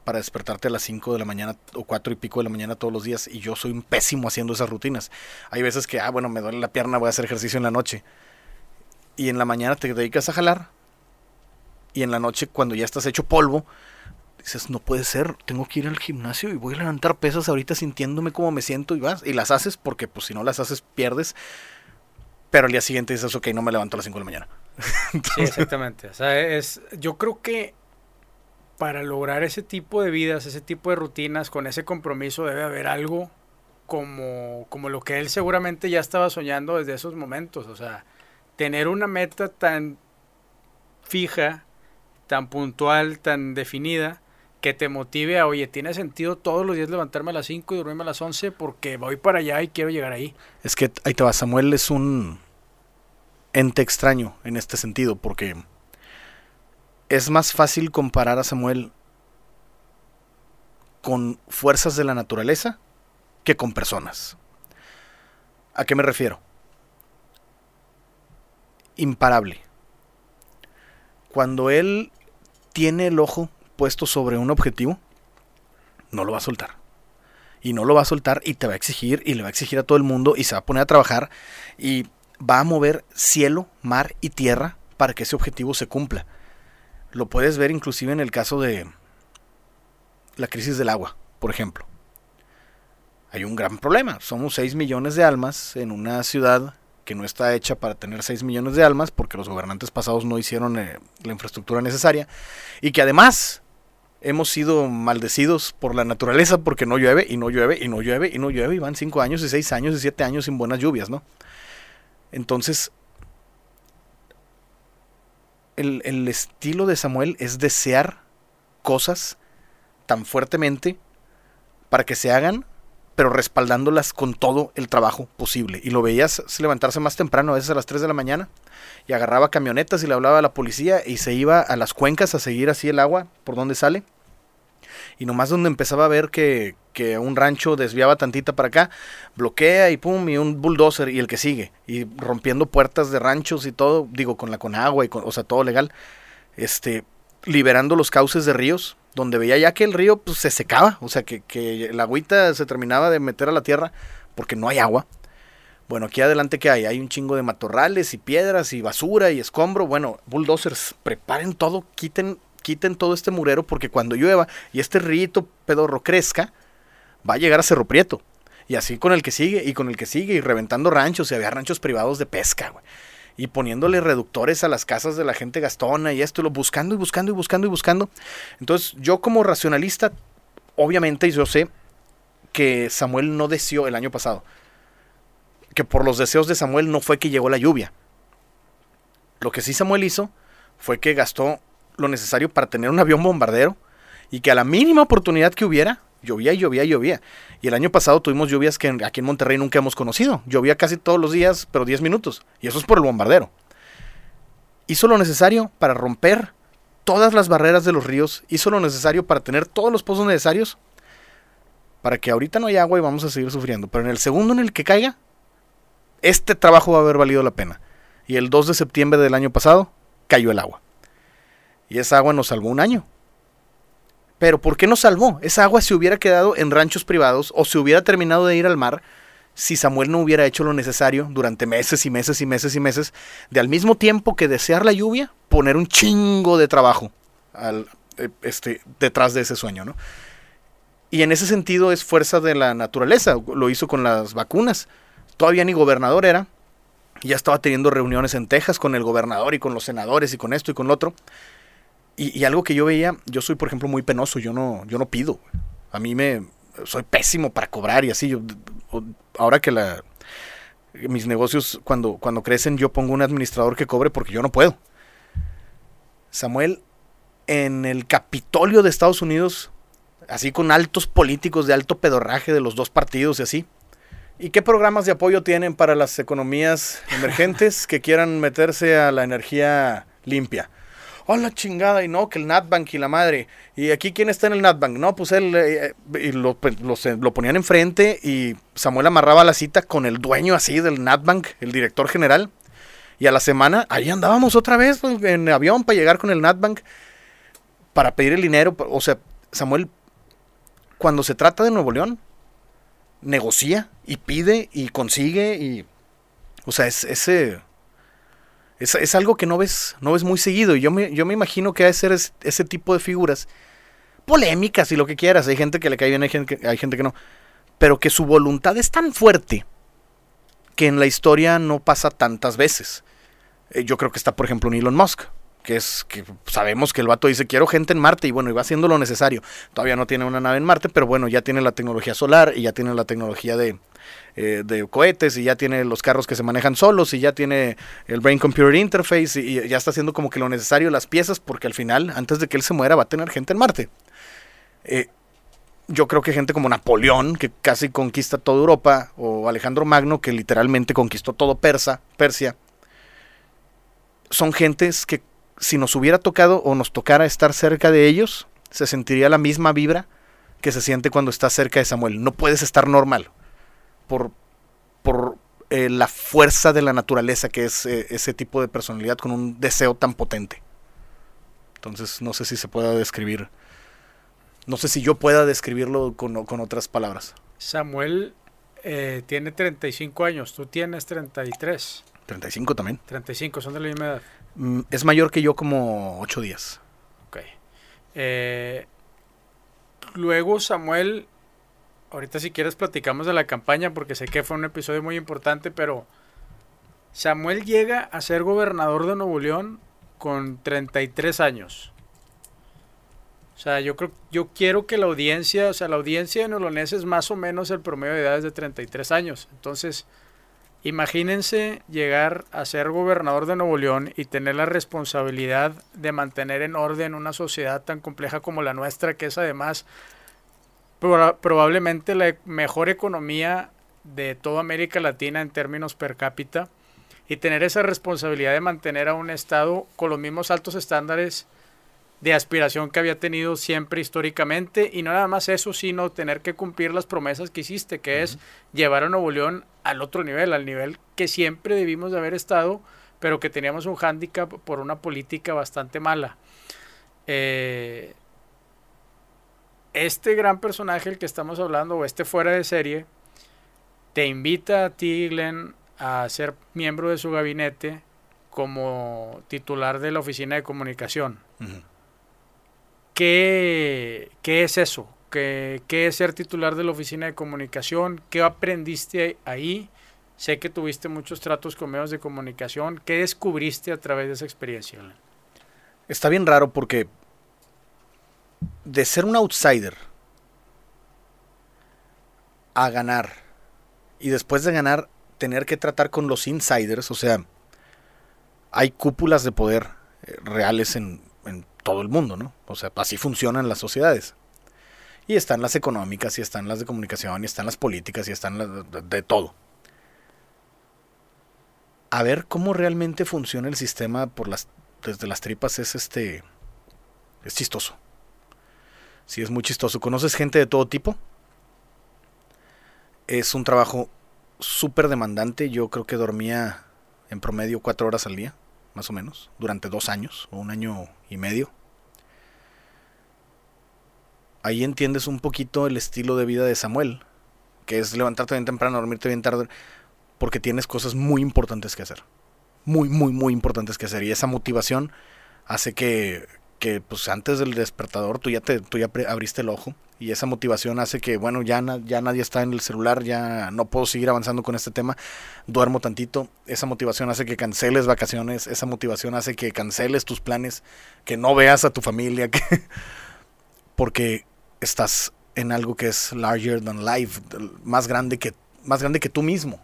para despertarte a las cinco de la mañana o cuatro y pico de la mañana todos los días, y yo soy un pésimo haciendo esas rutinas. Hay veces que, ah, bueno, me duele la pierna, voy a hacer ejercicio en la noche. Y en la mañana te dedicas a jalar, y en la noche, cuando ya estás hecho polvo, dices, no puede ser, tengo que ir al gimnasio y voy a levantar pesas ahorita sintiéndome como me siento, y vas, y las haces, porque pues si no las haces pierdes, pero al día siguiente dices, ok, no me levanto a las cinco de la mañana. Entonces, sí, exactamente. O sea, es, yo creo que para lograr ese tipo de vidas, ese tipo de rutinas, con ese compromiso, debe haber algo como, como lo que él seguramente ya estaba soñando desde esos momentos. O sea, tener una meta tan fija, tan puntual, tan definida, que te motive a, oye, tiene sentido todos los días levantarme a las cinco y dormirme a las once porque voy para allá y quiero llegar ahí. Es que ahí te va, Samuel es un ente extraño en este sentido, porque es más fácil comparar a Samuel con fuerzas de la naturaleza que con personas. ¿A qué me refiero? Imparable. Cuando él tiene el ojo puesto sobre un objetivo, no lo va a soltar. Y no lo va a soltar y te va a exigir y le va a exigir a todo el mundo y se va a poner a trabajar y va a mover cielo, mar y tierra para que ese objetivo se cumpla. Lo puedes ver inclusive en el caso de la crisis del agua, por ejemplo. Hay un gran problema. Somos seis millones de almas en una ciudad que no está hecha para tener seis millones de almas porque los gobernantes pasados no hicieron eh, la infraestructura necesaria, y que además hemos sido maldecidos por la naturaleza porque no llueve y no llueve y no llueve y no llueve y van cinco años y seis años y siete años sin buenas lluvias, ¿no? Entonces, el, el estilo de Samuel es desear cosas tan fuertemente para que se hagan, pero respaldándolas con todo el trabajo posible. Y lo veías levantarse más temprano, a veces a las tres de la mañana, y agarraba camionetas y le hablaba a la policía y se iba a las cuencas a seguir así el agua por donde sale. Y nomás donde empezaba a ver que, que un rancho desviaba tantita para acá, bloquea y pum, y un bulldozer y el que sigue. Y rompiendo puertas de ranchos y todo, digo, con la Conagua, y con, o sea, todo legal. Este, liberando los cauces de ríos, donde veía ya que el río pues, se secaba, o sea, que, que la agüita se terminaba de meter a la tierra porque no hay agua. Bueno, aquí adelante, ¿qué hay? Hay un chingo de matorrales y piedras y basura y escombro. Bueno, bulldozers, preparen todo, quiten, quiten todo este murero, porque cuando llueva y este río pedorro crezca, va a llegar a Cerro Prieto. Y así con el que sigue, y con el que sigue, y reventando ranchos, y había ranchos privados de pesca, güey. Y poniéndole reductores a las casas de la gente gastona y esto, y lo buscando y buscando y buscando y buscando. Entonces, yo como racionalista, obviamente yo sé que Samuel no deseó el año pasado. Que por los deseos de Samuel no fue que llegó la lluvia. Lo que sí Samuel hizo fue que gastó lo necesario para tener un avión bombardero y que a la mínima oportunidad que hubiera, llovía y llovía y llovía. Y el año pasado tuvimos lluvias que aquí en Monterrey nunca hemos conocido. Llovía casi todos los días, pero diez minutos. Y eso es por el bombardero. Hizo lo necesario para romper todas las barreras de los ríos. Hizo lo necesario para tener todos los pozos necesarios para que ahorita no haya agua y vamos a seguir sufriendo. Pero en el segundo en el que caiga, este trabajo va a haber valido la pena. Y el dos de septiembre del año pasado cayó el agua. Y esa agua nos salvó un año. Pero ¿por qué nos salvó? Esa agua se hubiera quedado en ranchos privados o se hubiera terminado de ir al mar si Samuel no hubiera hecho lo necesario durante meses y meses y meses y meses de, al mismo tiempo que desear la lluvia, poner un chingo de trabajo al, este, detrás de ese sueño, ¿no? Y en ese sentido es fuerza de la naturaleza. Lo hizo con las vacunas. Todavía ni gobernador era. Ya estaba teniendo reuniones en Texas con el gobernador y con los senadores y con esto y con lo otro. Y, y algo que yo veía, yo soy por ejemplo muy penoso, yo no, yo no pido. A mí me, soy pésimo para cobrar y así. Yo, ahora que la, mis negocios cuando, cuando crecen yo pongo un administrador que cobre porque yo no puedo. Samuel, en el Capitolio de Estados Unidos, así con altos políticos de alto pedorraje de los dos partidos y así. ¿Y qué programas de apoyo tienen para las economías emergentes que quieran meterse a la energía limpia? ¡Oh, la chingada! Y no, que el Natbank y la madre. ¿Y aquí quién está en el Natbank? No, pues él. Eh, y lo, lo, lo ponían enfrente y Samuel amarraba la cita con el dueño así del Natbank, el director general. Y a la semana, ahí andábamos otra vez pues, en avión para llegar con el Natbank para pedir el dinero. O sea, Samuel cuando se trata de Nuevo León, negocia y pide y consigue y... O sea, es ese... Es, es algo que no ves no ves muy seguido. Y yo me, yo me imagino que ha de ser ese, ese tipo de figuras polémicas y lo que quieras. Hay gente que le cae bien, hay gente que, hay gente que no. Pero que su voluntad es tan fuerte que en la historia no pasa tantas veces. Eh, yo creo que está, por ejemplo, un Elon Musk, que es que sabemos que el vato dice quiero gente en Marte y bueno, y va haciendo lo necesario. Todavía no tiene una nave en Marte, pero bueno, ya tiene la tecnología solar y ya tiene la tecnología de, eh, de cohetes y ya tiene los carros que se manejan solos y ya tiene el Brain Computer Interface y, y ya está haciendo como que lo necesario, las piezas, porque al final, antes de que él se muera, va a tener gente en Marte. Eh, yo creo que gente como Napoleón, que casi conquista toda Europa, o Alejandro Magno, que literalmente conquistó todo Persa, Persia, son gentes que si nos hubiera tocado o nos tocara estar cerca de ellos, se sentiría la misma vibra que se siente cuando estás cerca de Samuel. No puedes estar normal por, por eh, la fuerza de la naturaleza que es eh, ese tipo de personalidad con un deseo tan potente. Entonces no sé si se pueda describir, no sé si yo pueda describirlo con, con otras palabras. Samuel eh, tiene treinta y cinco años, tú tienes treinta y tres. treinta y cinco también. treinta y cinco, son de la misma edad. Mm, es mayor que yo como ocho días. Ok. Eh, luego Samuel, ahorita si quieres platicamos de la campaña porque sé que fue un episodio muy importante, pero Samuel llega a ser gobernador de Nuevo León con treinta y tres años. O sea, yo creo, yo quiero que la audiencia, o sea, la audiencia de neoloneses es más o menos el promedio de edades de treinta y tres años. Entonces, imagínense llegar a ser gobernador de Nuevo León y tener la responsabilidad de mantener en orden una sociedad tan compleja como la nuestra, que es además proba- probablemente la e- mejor economía de toda América Latina en términos per cápita, y tener esa responsabilidad de mantener a un estado con los mismos altos estándares de aspiración que había tenido siempre históricamente, y no nada más eso, sino tener que cumplir las promesas que hiciste, que uh-huh. es llevar a Nuevo León al otro nivel, al nivel que siempre debimos de haber estado, pero que teníamos un hándicap por una política bastante mala. Eh, este gran personaje el que estamos hablando, o este fuera de serie, te invita a ti, Glenn, a ser miembro de su gabinete como titular de la oficina de comunicación. Uh-huh. ¿Qué, ¿Qué es eso? ¿Qué, ¿Qué es ser titular de la oficina de comunicación? ¿Qué aprendiste ahí? Sé que tuviste muchos tratos con medios de comunicación. ¿Qué descubriste a través de esa experiencia? Está bien raro porque de ser un outsider a ganar y después de ganar tener que tratar con los insiders, o sea, hay cúpulas de poder eh, reales en, en todo el mundo, ¿no? O sea, así funcionan las sociedades. Y están las económicas, y están las de comunicación, y están las políticas, y están las de, de todo. A ver cómo realmente funciona el sistema por las, desde las tripas es este es chistoso. Sí, es muy chistoso. ¿Conoces gente de todo tipo? Es un trabajo súper demandante. Yo creo que dormía en promedio cuatro horas al día, más o menos, durante dos años o un año y medio. Ahí entiendes un poquito el estilo de vida de Samuel, que es levantarte bien temprano, dormirte bien tarde, porque tienes cosas muy importantes que hacer. Muy, muy, muy importantes que hacer. Y esa motivación hace que, que pues antes del despertador tú ya, te, tú ya abriste el ojo. Y esa motivación hace que, bueno, ya, na, ya nadie está en el celular, ya no puedo seguir avanzando con este tema, duermo tantito. Esa motivación hace que canceles vacaciones, esa motivación hace que canceles tus planes, que no veas a tu familia, que porque estás en algo que es larger than life, más grande que, más grande que tú mismo.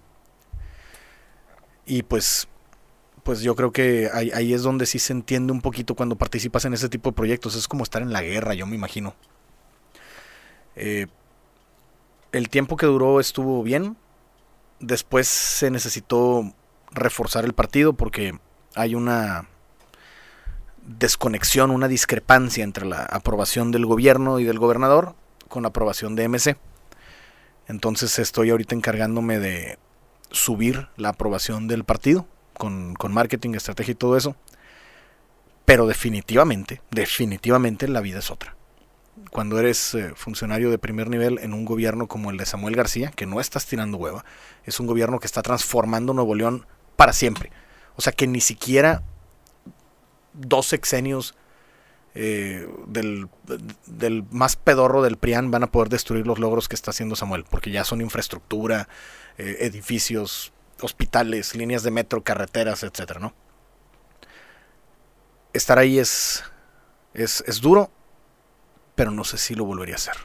Y pues, pues yo creo que ahí, ahí es donde sí se entiende un poquito cuando participas en ese tipo de proyectos. Es como estar en la guerra, yo me imagino. Eh, el tiempo que duró estuvo bien. Después se necesitó reforzar el partido porque hay una desconexión, una discrepancia entre la aprobación del gobierno y del gobernador con la aprobación de M C. Entonces estoy ahorita encargándome de subir la aprobación del partido con, con marketing, estrategia y todo eso. Pero definitivamente, definitivamente la vida es otra. cuando eres eh, funcionario de primer nivel en un gobierno como el de Samuel García, que no estás tirando hueva, es un gobierno que está transformando Nuevo León para siempre. O sea, que ni siquiera dos sexenios eh, del, del más pedorro del PRIAN van a poder destruir los logros que está haciendo Samuel, porque ya son infraestructura, eh, edificios, hospitales, líneas de metro, carreteras, etcétera, ¿no? Estar ahí es, es, es duro, pero no sé si lo volvería a hacer.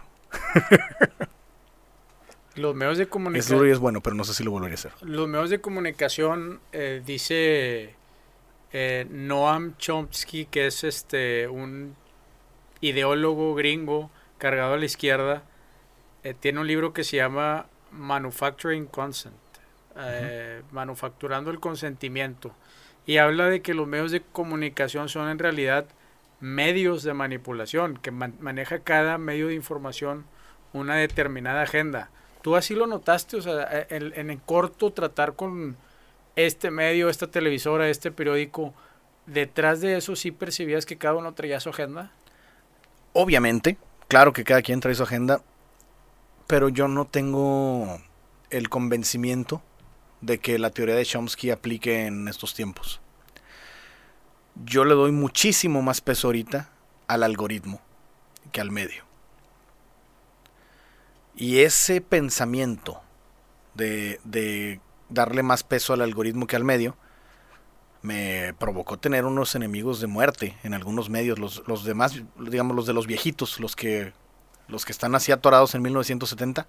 Los medios de comunicación... Es duro y es bueno, pero no sé si lo volvería a hacer. Los medios de comunicación, eh, dice eh, Noam Chomsky, que es este un ideólogo gringo cargado a la izquierda, eh, tiene un libro que se llama Manufacturing Consent, eh, uh-huh. Manufacturando el consentimiento, y habla de que los medios de comunicación son en realidad medios de manipulación, que man- maneja cada medio de información una determinada agenda. ¿Tú así lo notaste? O sea, en, en el corto tratar con este medio, esta televisora, este periódico, ¿detrás de eso sí percibías que cada uno traía su agenda? Obviamente, claro que cada quien trae su agenda, pero yo no tengo el convencimiento de que la teoría de Chomsky aplique en estos tiempos. Yo le doy muchísimo más peso ahorita al algoritmo que al medio. Y ese pensamiento de, de darle más peso al algoritmo que al medio me provocó tener unos enemigos de muerte en algunos medios, los, los demás, digamos los de los viejitos, los que, los que están así atorados en mil novecientos setenta,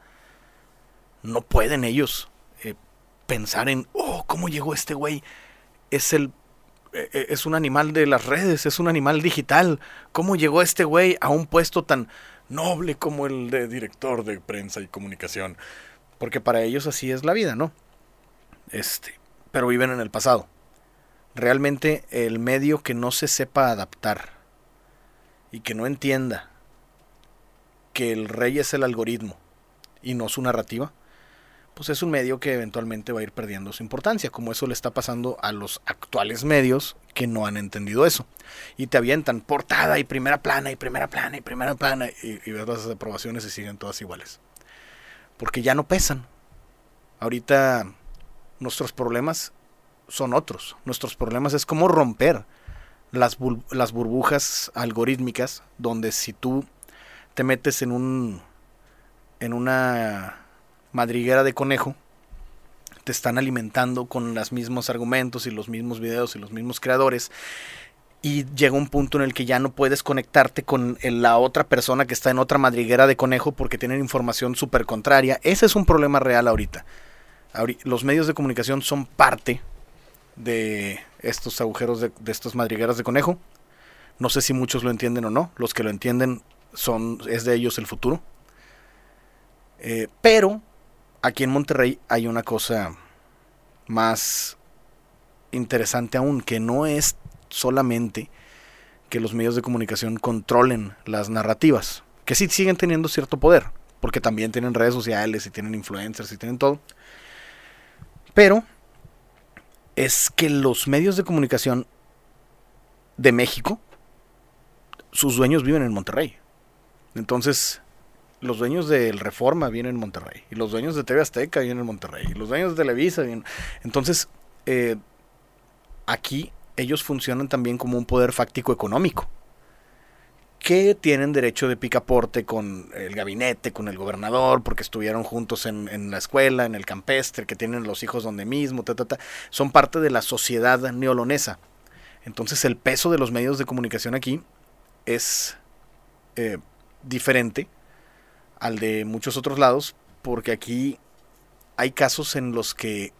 no pueden ellos eh, pensar en, oh, ¿cómo llegó este güey? Es el es un animal de las redes, es un animal digital. ¿Cómo llegó este güey a un puesto tan noble como el de director de prensa y comunicación? Porque para ellos así es la vida, ¿no? Este, pero viven en el pasado. Realmente el medio que no se sepa adaptar y que no entienda que el rey es el algoritmo y no su narrativa, pues es un medio que eventualmente va a ir perdiendo su importancia, como eso le está pasando a los actuales medios que no han entendido eso. Y te avientan portada y primera plana y primera plana y primera plana y, y ves las aprobaciones y siguen todas iguales. Porque ya no pesan. Ahorita nuestros problemas son otros. Nuestros problemas es cómo romper las, bur- las burbujas algorítmicas donde si tú te metes en un en una madriguera de conejo, te están alimentando con los mismos argumentos y los mismos videos y los mismos creadores, y llega un punto en el que ya no puedes conectarte con la otra persona que está en otra madriguera de conejo porque tienen información súper contraria. Ese es un problema real ahorita. Ahorita los medios de comunicación son parte de estos agujeros de, de estas madrigueras de conejo. No sé si muchos lo entienden o no. Los que lo entienden son es de ellos el futuro. Eh, pero aquí en Monterrey hay una cosa más interesante aún, que no es solamente que los medios de comunicación controlen las narrativas, que sí siguen teniendo cierto poder, porque también tienen redes sociales y tienen influencers y tienen todo, pero es que los medios de comunicación de México, sus dueños viven en Monterrey. Entonces los dueños de Reforma vienen en Monterrey, y los dueños de T V Azteca vienen en Monterrey, y los dueños de Televisa vienen. Entonces, eh, aquí ellos funcionan también como un poder fáctico económico, que tienen derecho de picaporte con el gabinete, con el gobernador, porque estuvieron juntos en, en la escuela, en el campestre, que tienen los hijos donde mismo, ta, ta, ta. Son parte de la sociedad neolonesa. Entonces el peso de los medios de comunicación aquí es eh, diferente al de muchos otros lados, porque aquí hay casos en los que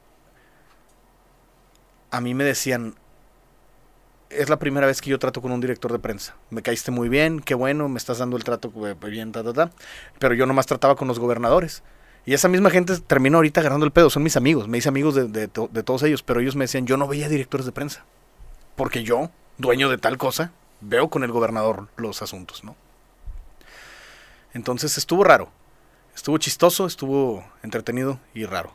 a mí me decían, es la primera vez que yo trato con un director de prensa, me caíste muy bien, qué bueno, me estás dando el trato bien, ta, ta, ta, pero yo nomás trataba con los gobernadores, y esa misma gente terminó ahorita agarrando el pedo, son mis amigos, me hice amigos de, de, to, de todos ellos, pero ellos me decían, yo no veía directores de prensa, porque yo, dueño de tal cosa, veo con el gobernador los asuntos, ¿no? Entonces estuvo raro, estuvo chistoso, estuvo entretenido y raro.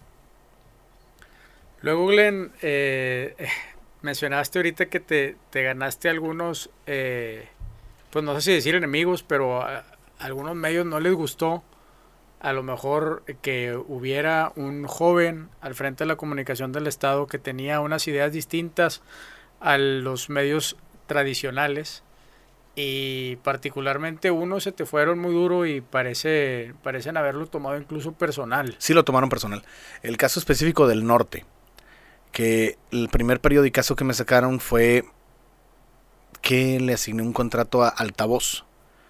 Luego, Glenn, eh, mencionaste ahorita que te, te ganaste algunos eh, pues no sé si decir enemigos, pero a, a algunos medios no les gustó a lo mejor que hubiera un joven al frente de la comunicación del Estado que tenía unas ideas distintas a los medios tradicionales, y particularmente uno se te fueron muy duro y parece parecen haberlo tomado incluso personal. Sí lo tomaron personal. El caso específico del Norte, que el primer periodicazo que me sacaron fue que le asigné un contrato a Altavoz.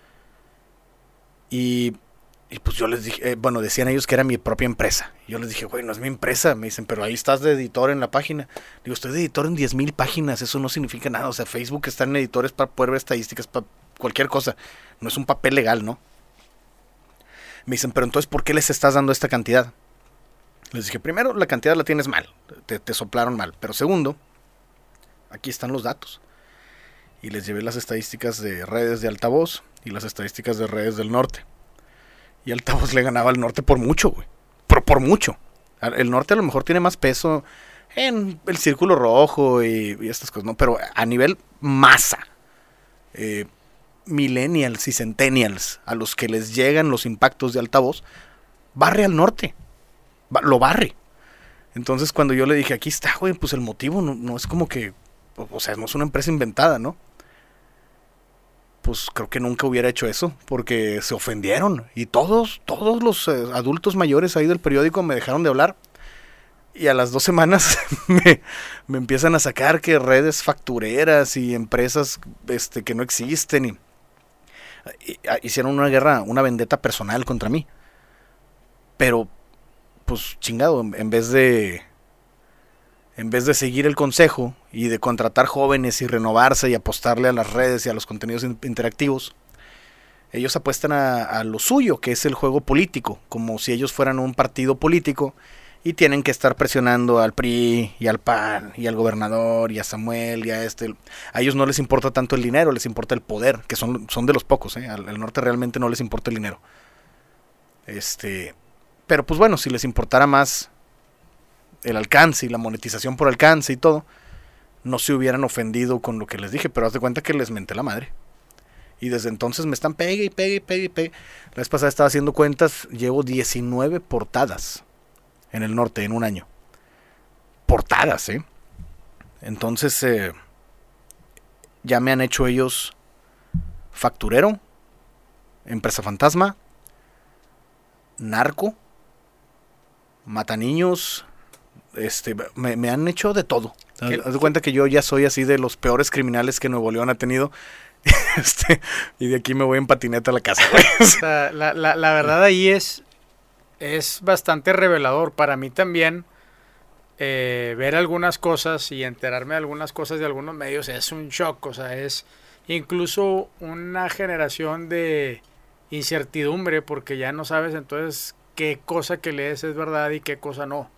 Y, y pues yo les dije, eh, bueno, decían ellos que era mi propia empresa. Y yo les dije, güey, no es mi empresa. Me dicen, pero ahí estás de editor en la página. Digo, estoy de editor en diez mil páginas, eso no significa nada. O sea, Facebook está en editores para poder ver estadísticas, para cualquier cosa. No es un papel legal, ¿no? Me dicen, pero entonces, ¿por qué les estás dando esta cantidad? Les dije, primero, la cantidad la tienes mal. Te, te soplaron mal. Pero segundo, aquí están los datos. Y les llevé las estadísticas de redes de Altavoz y las estadísticas de redes del Norte. Y Altavoz le ganaba al Norte por mucho, güey. Pero por mucho. El Norte a lo mejor tiene más peso en el Círculo Rojo y, y estas cosas, ¿no? Pero a nivel masa, eh, millennials y centennials, a los que les llegan los impactos de Altavoz, barre al Norte. Va, lo barre. Entonces cuando yo le dije, aquí está, güey, pues el motivo no, no es como que, o sea, no es una empresa inventada, ¿no? Pues creo que nunca hubiera hecho eso, porque se ofendieron. Y todos, todos los eh, adultos mayores ahí del periódico me dejaron de hablar. Y a las dos semanas me, me empiezan a sacar que redes factureras y empresas este, que no existen. Y, y, hicieron una guerra, una vendetta personal contra mí. Pero, pues chingado, en, en vez de... En vez de seguir el consejo y de contratar jóvenes y renovarse y apostarle a las redes y a los contenidos interactivos, ellos apuestan a, a lo suyo, que es el juego político, como si ellos fueran un partido político y tienen que estar presionando al P R I y al P A N y al gobernador y a Samuel y a este. A ellos no les importa tanto el dinero, les importa el poder, que son, son de los pocos, ¿eh? Al, al Norte realmente no les importa el dinero. Este, pero pues bueno, si les importara más el alcance y la monetización por alcance y todo, no se hubieran ofendido con lo que les dije, pero haz de cuenta que les menté la madre. Y desde entonces me están pegue y pegue y pegue y pegue. La vez pasada estaba haciendo cuentas, llevo diecinueve portadas en el Norte en un año. Portadas, ¿eh? Entonces, eh, ya me han hecho ellos facturero, empresa fantasma, narco, mataniños. Este, me, me han hecho de todo. Haz de cuenta que yo ya soy así de los peores criminales que Nuevo León ha tenido. Este, y de aquí me voy en patineta a la casa. O sea, la, la, la verdad ahí es, es bastante revelador. Para mí también, eh, ver algunas cosas y enterarme de algunas cosas de algunos medios es un shock. O sea, es incluso una generación de incertidumbre, porque ya no sabes entonces qué cosa que lees es verdad y qué cosa no.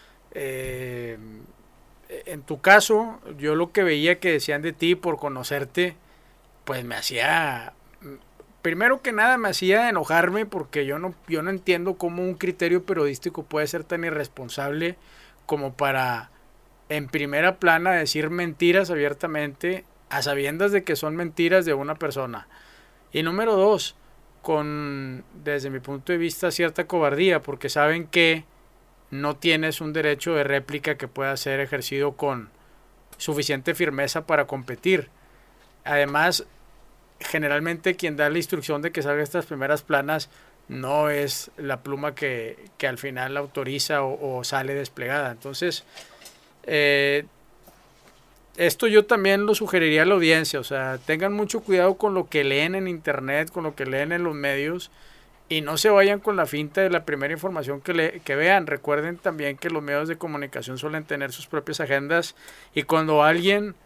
Eh, en tu caso, yo lo que veía que decían de ti por conocerte, pues me hacía, primero que nada me hacía enojarme, porque yo no, yo no entiendo cómo un criterio periodístico puede ser tan irresponsable como para en primera plana decir mentiras abiertamente a sabiendas de que son mentiras de una persona. Y número dos, con, desde mi punto de vista, cierta cobardía, porque saben que no tienes un derecho de réplica que pueda ser ejercido con suficiente firmeza para competir. Además, generalmente quien da la instrucción de que salga estas primeras planas no es la pluma que, que al final autoriza o, o sale desplegada. Entonces, eh, esto yo también lo sugeriría a la audiencia. O sea, tengan mucho cuidado con lo que leen en internet, con lo que leen en los medios, y no se vayan con la finta de la primera información que, le, que vean. Recuerden también que los medios de comunicación suelen tener sus propias agendas, y cuando alguien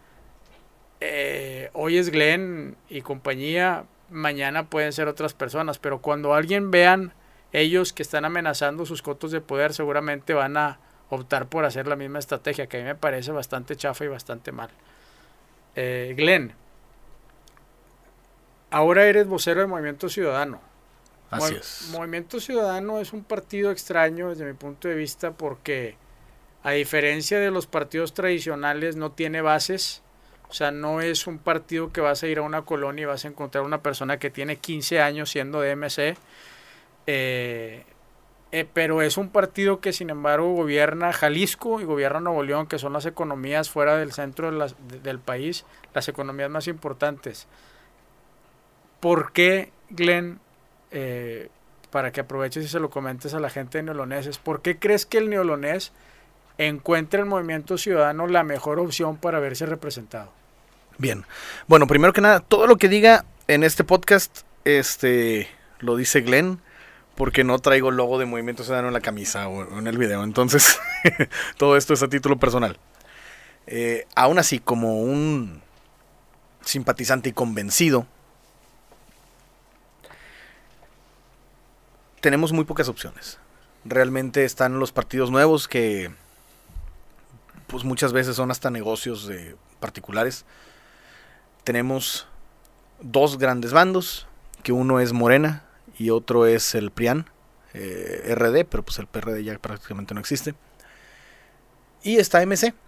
eh, hoy es Glenn y compañía, mañana pueden ser otras personas, pero cuando alguien vean ellos que están amenazando sus cotos de poder, seguramente van a optar por hacer la misma estrategia, que a mí me parece bastante chafa y bastante mal. eh, Glenn, ahora eres vocero del Movimiento Ciudadano. Así es. Movimiento Ciudadano es un partido extraño desde mi punto de vista, porque a diferencia de los partidos tradicionales no tiene bases, O sea, no es un partido que vas a ir a una colonia y vas a encontrar una persona que tiene quince años siendo de M C. Eh, eh, pero es un partido que sin embargo gobierna Jalisco y gobierna Nuevo León, que son las economías fuera del centro de las, de, del país, las economías más importantes. ¿Por qué, Glenn, eh, para que aproveches y se lo comentes a la gente de neoloneses, por qué crees que el neolonés encuentra el Movimiento Ciudadano la mejor opción para verse representado? Bien, bueno, primero que nada, todo lo que diga en este podcast, este, lo dice Glenn, porque no traigo el logo de Movimiento Ciudadano en la camisa o en el video, entonces todo esto es a título personal. Eh, aún así, como un simpatizante y convencido, tenemos muy pocas opciones. Realmente están los partidos nuevos que pues muchas veces son hasta negocios de particulares. Tenemos dos grandes bandos, que uno es Morena y otro es el PRIAN, eh, R D, pero pues el P R D ya prácticamente no existe. Y está M C.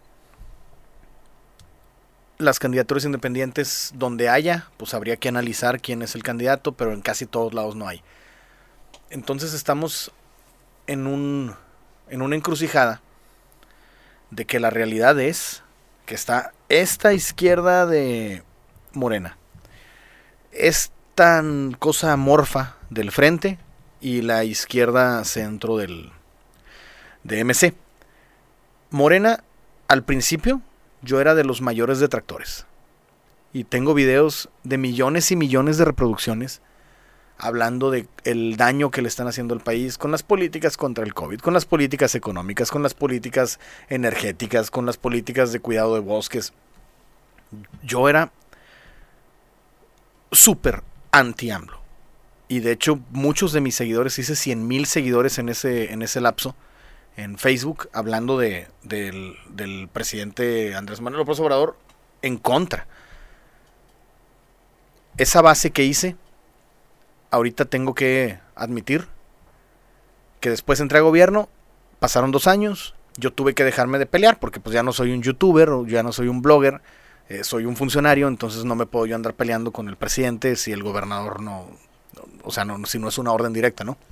Las candidaturas independientes, donde haya, pues habría que analizar quién es el candidato, pero en casi todos lados no hay. Entonces estamos en un en una encrucijada de que la realidad es que está esta izquierda de Morena, esta cosa amorfa del frente y la izquierda centro del de M C. Morena, al principio, yo era de los mayores detractores. Y tengo videos de millones y millones de reproducciones hablando de el daño que le están haciendo al país con las políticas contra el COVID, con las políticas económicas, con las políticas energéticas, con las políticas de cuidado de bosques. Yo era súper anti-AMLO. Y de hecho, muchos de mis seguidores, hice cien mil seguidores en ese, en ese lapso, en Facebook, hablando de, del, del presidente Andrés Manuel López Obrador en contra. Esa base que hice, ahorita tengo que admitir que después entré a gobierno, pasaron dos años, yo tuve que dejarme de pelear porque pues ya no soy un youtuber, o ya no soy un blogger, eh, soy un funcionario, entonces no me puedo yo andar peleando con el presidente si el gobernador no, o sea, no, si no es una orden directa, ¿no?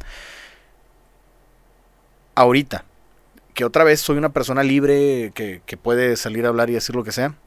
Ahorita, que otra vez soy una persona libre, que, que puede salir a hablar y decir lo que sea,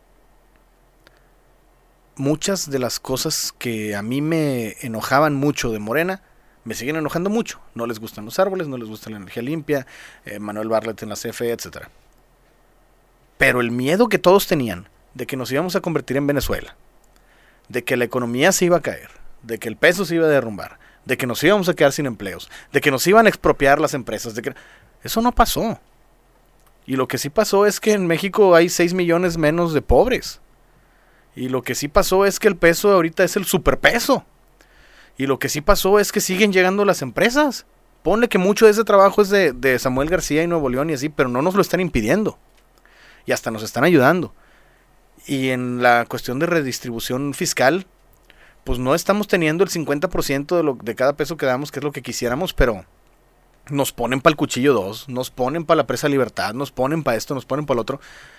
muchas de las cosas que a mí me enojaban mucho de Morena, me siguen enojando mucho. No les gustan los árboles, no les gusta la energía limpia, eh, Manuel Bartlett en la C F E, etcétera. Pero el miedo que todos tenían de que nos íbamos a convertir en Venezuela, de que la economía se iba a caer, de que el peso se iba a derrumbar, de que nos íbamos a quedar sin empleos, de que nos iban a expropiar las empresas, de que eso no pasó. Y lo que sí pasó es que en México hay seis millones menos de pobres. Y lo que sí pasó es que el peso ahorita es el superpeso. Y lo que sí pasó es que siguen llegando las empresas. Ponle que mucho de ese trabajo es de, de Samuel García y Nuevo León y así, pero no nos lo están impidiendo. Y hasta nos están ayudando. Y en la cuestión de redistribución fiscal, pues no estamos teniendo el cincuenta por ciento de, lo, de cada peso que damos, que es lo que quisiéramos, pero nos ponen para el cuchillo dos, nos ponen para la presa Libertad, nos ponen para esto, nos ponen para el otro.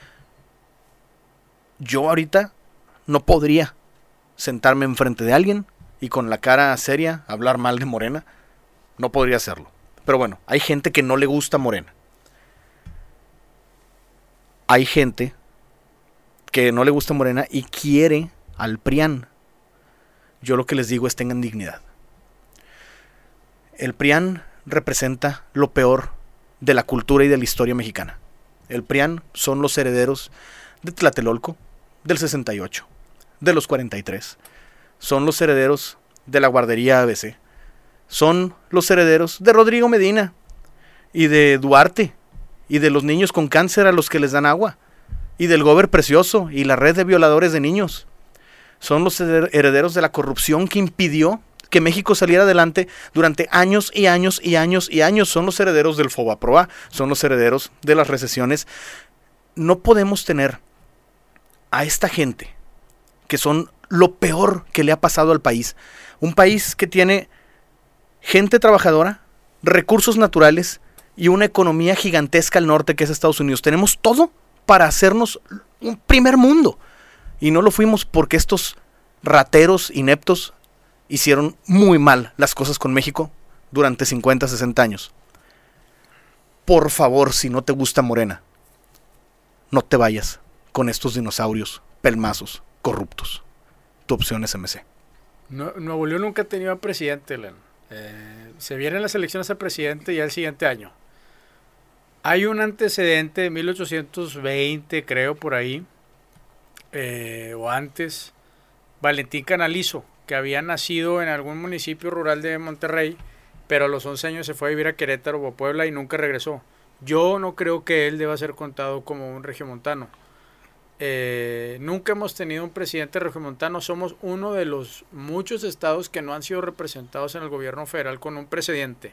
Yo ahorita no podría sentarme enfrente de alguien y con la cara seria hablar mal de Morena. No podría hacerlo. Pero bueno, hay gente que no le gusta Morena. Hay gente que no le gusta Morena y quiere al PRIAN. Yo lo que les digo es tengan dignidad. El PRIAN representa lo peor de la cultura y de la historia mexicana. El PRIAN son los herederos de Tlatelolco, del sesenta y ocho, de los cuarenta y tres. Son los herederos de la guardería A B C. Son los herederos de Rodrigo Medina y de Duarte y de los niños con cáncer a los que les dan agua y del Gober Precioso y la red de violadores de niños. Son los herederos de la corrupción que impidió que México saliera adelante durante años y años y años y años. Son los herederos del Fobaproa, son los herederos de las recesiones. No podemos tener a esta gente que son lo peor que le ha pasado al país. Un país que tiene gente trabajadora, recursos naturales y una economía gigantesca al norte que es Estados Unidos. Tenemos todo para hacernos un primer mundo. Y no lo fuimos porque estos rateros ineptos hicieron muy mal las cosas con México durante cincuenta, sesenta años. Por favor, si no te gusta Morena, no te vayas con estos dinosaurios pelmazos, corruptos. Tu opción es M C. No, Nuevo León nunca ha tenido presidente, Len. Eh, se vienen las elecciones a presidente ya el siguiente año. Hay un antecedente de mil ochocientos veinte, creo, por ahí, eh, o antes, Valentín Canalizo, que había nacido en algún municipio rural de Monterrey, pero a los once años se fue a vivir a Querétaro o a Puebla y nunca regresó. Yo no creo que él deba ser contado como un regiomontano. Eh, nunca hemos tenido un presidente regiomontano. Somos uno de los muchos estados que no han sido representados en el gobierno federal con un presidente.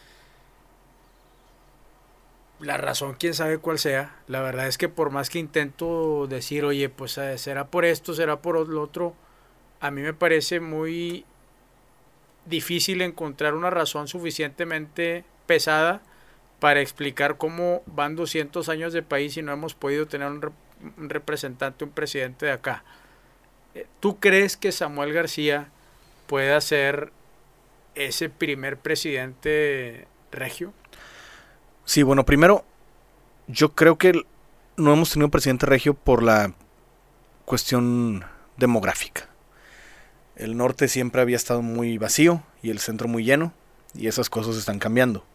La razón, quién sabe cuál sea. La verdad es que por más que intento decir, oye, pues será por esto, será por lo otro, a mí me parece muy difícil encontrar una razón suficientemente pesada para explicar cómo van doscientos años de país y no hemos podido tener un, rep un representante, un presidente de acá. ¿Tú crees que Samuel García pueda ser ese primer presidente regio? Sí, bueno, primero, yo creo que no hemos tenido presidente regio por la cuestión demográfica. El norte siempre había estado muy vacío y el centro muy lleno, y esas cosas están cambiando.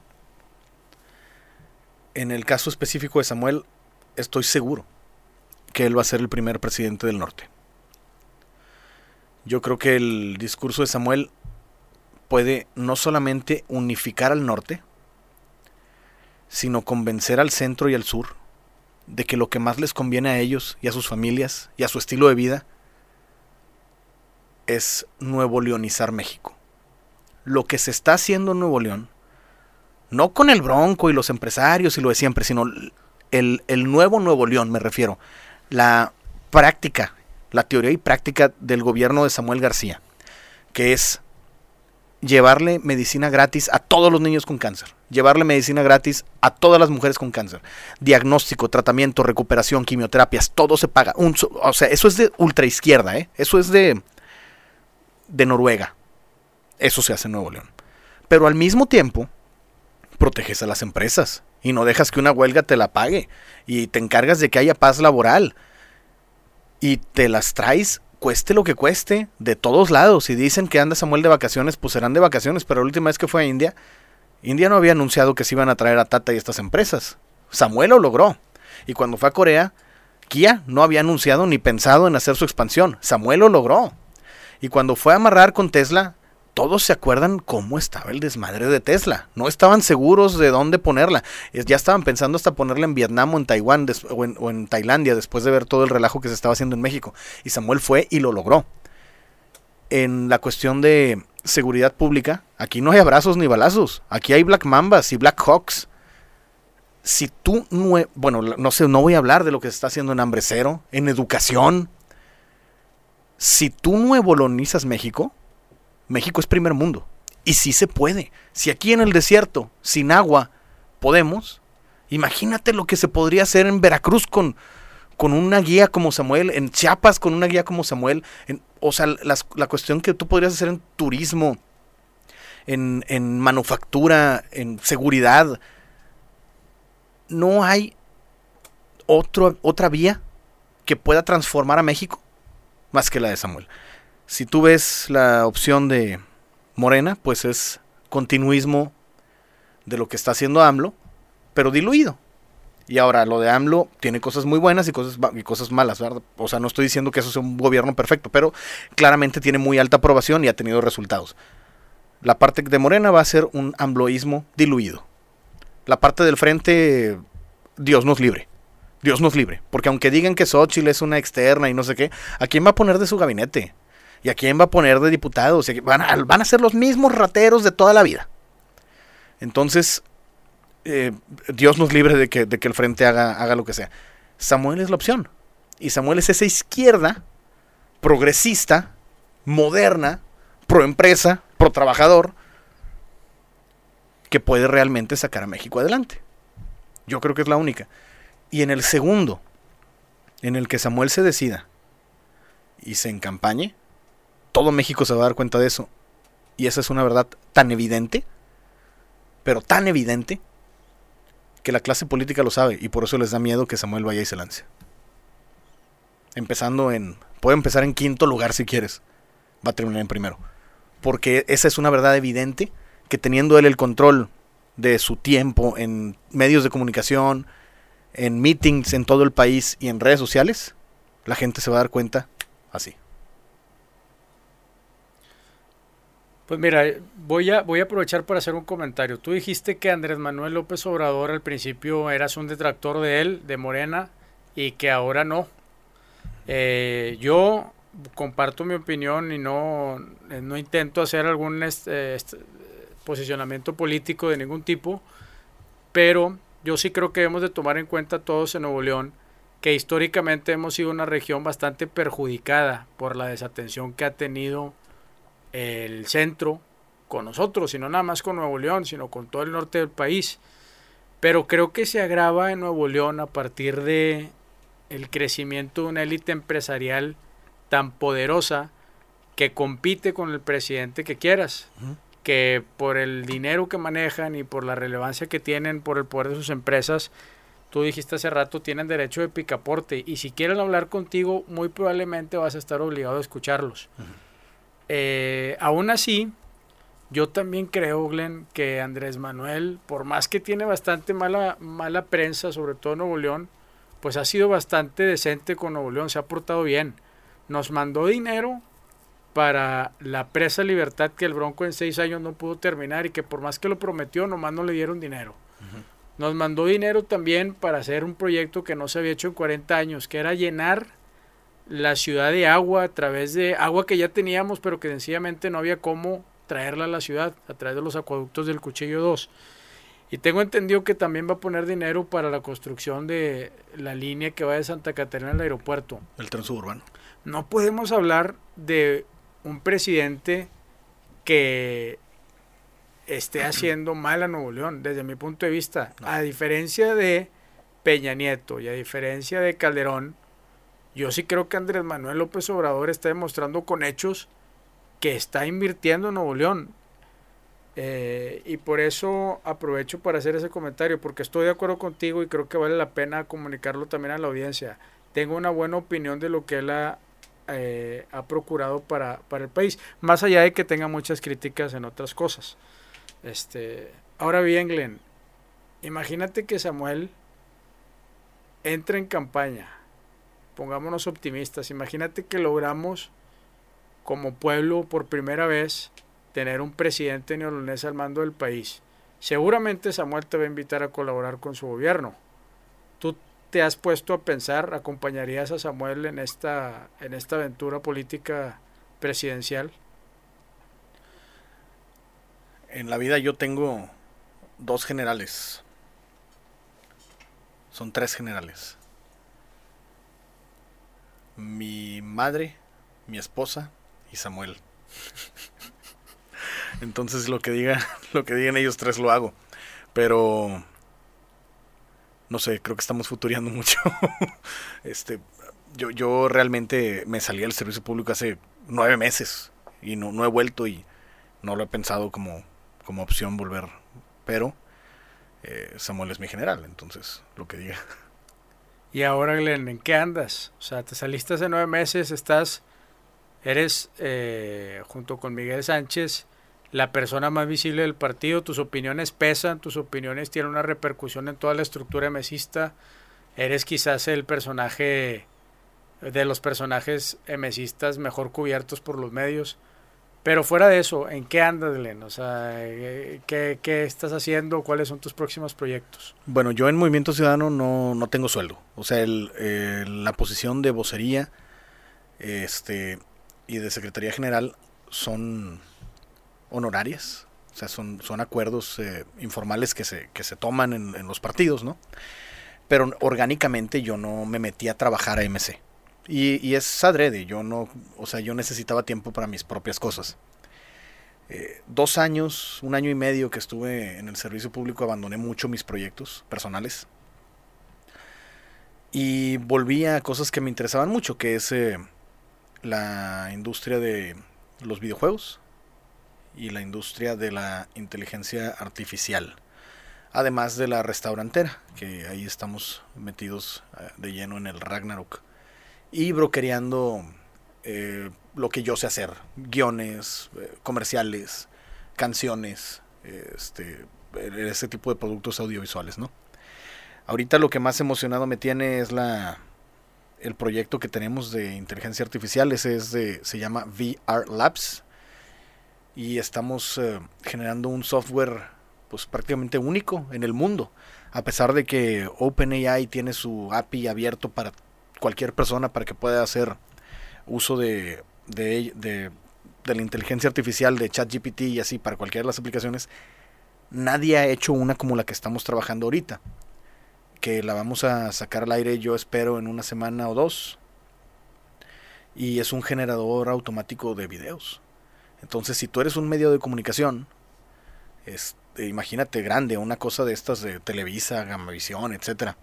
En el caso específico de Samuel, estoy seguro que él va a ser el primer presidente del norte. Yo creo que el discurso de Samuel puede no solamente unificar al norte, sino convencer al centro y al sur de que lo que más les conviene a ellos y a sus familias y a su estilo de vida es nuevo leonizar México. Lo que se está haciendo en Nuevo León, no con el Bronco y los empresarios y lo de siempre, sino el, el nuevo Nuevo León, me refiero, la práctica, la teoría y práctica del gobierno de Samuel García, que es llevarle medicina gratis a todos los niños con cáncer, llevarle medicina gratis a todas las mujeres con cáncer, diagnóstico, tratamiento, recuperación, quimioterapias, todo se paga. Un, o sea, eso es de ultraizquierda, ¿eh? Eso es de, de Noruega. Eso se hace en Nuevo León. Pero al mismo tiempo, proteges a las empresas y no dejas que una huelga te la pague y te encargas de que haya paz laboral y te las traes cueste lo que cueste, de todos lados. Si dicen que anda Samuel de vacaciones, pues serán de vacaciones, pero la última vez que fue a India, India no había anunciado que se iban a traer a Tata y estas empresas. Samuel lo logró. Y cuando fue a Corea, Kia no había anunciado ni pensado en hacer su expansión. Samuel lo logró. Y cuando fue a amarrar con Tesla, todos se acuerdan cómo estaba el desmadre de Tesla. No estaban seguros de dónde ponerla. Ya estaban pensando hasta ponerla en Vietnam o en Taiwán des- o, en, o en Tailandia después de ver todo el relajo que se estaba haciendo en México. Y Samuel fue y lo logró. En la cuestión de seguridad pública, aquí no hay abrazos ni balazos. Aquí hay Black Mambas y Black Hawks. Si tú no... Bueno, no sé, no voy a hablar de lo que se está haciendo en Hambre Cero, en educación. Si tú no ebolonizas México, México es primer mundo. Y sí se puede. Si aquí en el desierto, sin agua, podemos, imagínate lo que se podría hacer en Veracruz con, con una guía como Samuel, en Chiapas con una guía como Samuel. En, o sea, las, la cuestión que tú podrías hacer en turismo, en, en manufactura, en seguridad. No hay otro, otra vía que pueda transformar a México más que la de Samuel. Si tú ves la opción de Morena, pues es continuismo de lo que está haciendo AMLO, pero diluido. Y ahora lo de AMLO tiene cosas muy buenas y cosas, y cosas malas, ¿verdad? O sea, no estoy diciendo que eso sea un gobierno perfecto, pero claramente tiene muy alta aprobación y ha tenido resultados. La parte de Morena va a ser un AMLOísmo diluido. La parte del frente, Dios nos libre. Dios nos libre. Porque aunque digan que Xóchitl es una externa y no sé qué, ¿a quién va a poner de su gabinete? ¿Y a quién va a poner de diputados? Van a, van a ser los mismos rateros de toda la vida. Entonces, eh, Dios nos libre de que, de que el frente haga, haga lo que sea. Samuel es la opción. Y Samuel es esa izquierda progresista, moderna, pro empresa, pro trabajador, que puede realmente sacar a México adelante. Yo creo que es la única. Y en el segundo, en el que Samuel se decida y se encampañe, todo México se va a dar cuenta de eso. Y esa es una verdad tan evidente, pero tan evidente, que la clase política lo sabe, y por eso les da miedo que Samuel vaya y se lance. Empezando en... Puede empezar en quinto lugar si quieres. Va a terminar en primero. Porque esa es una verdad evidente, que teniendo él el control de su tiempo en medios de comunicación, en meetings en todo el país y en redes sociales, la gente se va a dar cuenta así. Pues mira, voy a, voy a aprovechar para hacer un comentario. Tú dijiste que Andrés Manuel López Obrador al principio eras un detractor de él, de Morena, y que ahora no. Eh, yo comparto mi opinión y no, no intento hacer algún este, este, posicionamiento político de ningún tipo, pero yo sí creo que debemos de tomar en cuenta todos en Nuevo León que históricamente hemos sido una región bastante perjudicada por la desatención que ha tenido el centro con nosotros, y no nada más con Nuevo León, sino con todo el norte del país. Pero creo que se agrava en Nuevo León a partir de el crecimiento de una élite empresarial tan poderosa que compite con el presidente que quieras, uh-huh. que por el dinero que manejan y por la relevancia que tienen, por el poder de sus empresas, tú dijiste hace rato, tienen derecho de picaporte, y si quieren hablar contigo, muy probablemente vas a estar obligado a escucharlos. Uh-huh. Eh, aún así, yo también creo, Glenn, que Andrés Manuel, por más que tiene bastante mala, mala prensa, sobre todo en Nuevo León, pues ha sido bastante decente con Nuevo León, se ha portado bien. Nos mandó dinero para la presa Libertad, que el Bronco en seis años no pudo terminar, y que por más que lo prometió, nomás no le dieron dinero. Uh-huh. Nos mandó dinero también para hacer un proyecto que no se había hecho en cuarenta años, que era llenar la ciudad de agua a través de agua que ya teníamos, pero que sencillamente no había cómo traerla a la ciudad a través de los acueductos del Cuchillo dos. Y tengo entendido que también va a poner dinero para la construcción de la línea que va de Santa Catarina al aeropuerto. El tren suburbano. No podemos hablar de un presidente que esté haciendo mal a Nuevo León, desde mi punto de vista. No. A diferencia de Peña Nieto y a diferencia de Calderón, yo sí creo que Andrés Manuel López Obrador está demostrando con hechos que está invirtiendo en Nuevo León. Eh, y por eso aprovecho para hacer ese comentario, porque estoy de acuerdo contigo y creo que vale la pena comunicarlo también a la audiencia. Tengo una buena opinión de lo que él ha, eh, ha procurado para, para el país, más allá de que tenga muchas críticas en otras cosas. Este, ahora bien, Glenn, imagínate que Samuel entra en campaña, pongámonos optimistas, imagínate que logramos como pueblo por primera vez tener un presidente neolonés al mando del país. Seguramente Samuel te va a invitar a colaborar con su gobierno. ¿Tú te has puesto a pensar, acompañarías a Samuel en esta, en esta aventura política presidencial? En la vida yo tengo dos generales. Son tres generales. Mi madre, mi esposa y Samuel. Entonces lo que diga, lo que digan ellos tres lo hago. Pero no sé, creo que estamos futureando mucho. este, yo, yo realmente me salí del servicio público hace nueve meses y no, no he vuelto y no lo he pensado como, como opción volver. Pero eh, Samuel es mi general, entonces lo que diga. Y ahora, Glenn, ¿en qué andas? O sea, te saliste hace nueve meses, estás, eres eh, junto con Miguel Sánchez la persona más visible del partido, tus opiniones pesan, tus opiniones tienen una repercusión en toda la estructura mesista, eres quizás el personaje de los personajes mesistas mejor cubiertos por los medios, pero fuera de eso, ¿en qué andas, Glenn? O sea, ¿qué, qué estás haciendo? ¿Cuáles son tus próximos proyectos? Bueno, yo en Movimiento Ciudadano no, no tengo sueldo, o sea, el, el, la posición de vocería este, y de Secretaría General son honorarias, o sea, son, son acuerdos eh, informales que se, que se toman en, en los partidos, ¿no? Pero orgánicamente yo no me metí a trabajar a M C. Y, y es adrede, yo no, o sea, yo necesitaba tiempo para mis propias cosas. Eh, dos años, un año y medio que estuve en el servicio público, abandoné mucho mis proyectos personales. Y volví a cosas que me interesaban mucho, que es eh, la industria de los videojuegos y la industria de la inteligencia artificial. Además de la restaurantera, que ahí estamos metidos de lleno en el Ragnarok. Y brokereando eh, lo que yo sé hacer. Guiones, eh, comerciales, canciones, eh, este, ese tipo de productos audiovisuales, ¿no? Ahorita lo que más emocionado me tiene es la el proyecto que tenemos de inteligencia artificial. Ese es de, se llama V R Labs. Y estamos eh, generando un software pues prácticamente único en el mundo. A pesar de que OpenAI tiene su A P I abierto para cualquier persona para que pueda hacer uso de, de, de, de la inteligencia artificial de ChatGPT y así para cualquiera de las aplicaciones, nadie ha hecho una como la que estamos trabajando ahorita, que la vamos a sacar al aire yo espero en una semana o dos, y es un generador automático de videos. Entonces si tú eres un medio de comunicación, este, imagínate grande, una cosa de estas de Televisa, Gamavisión, etcétera,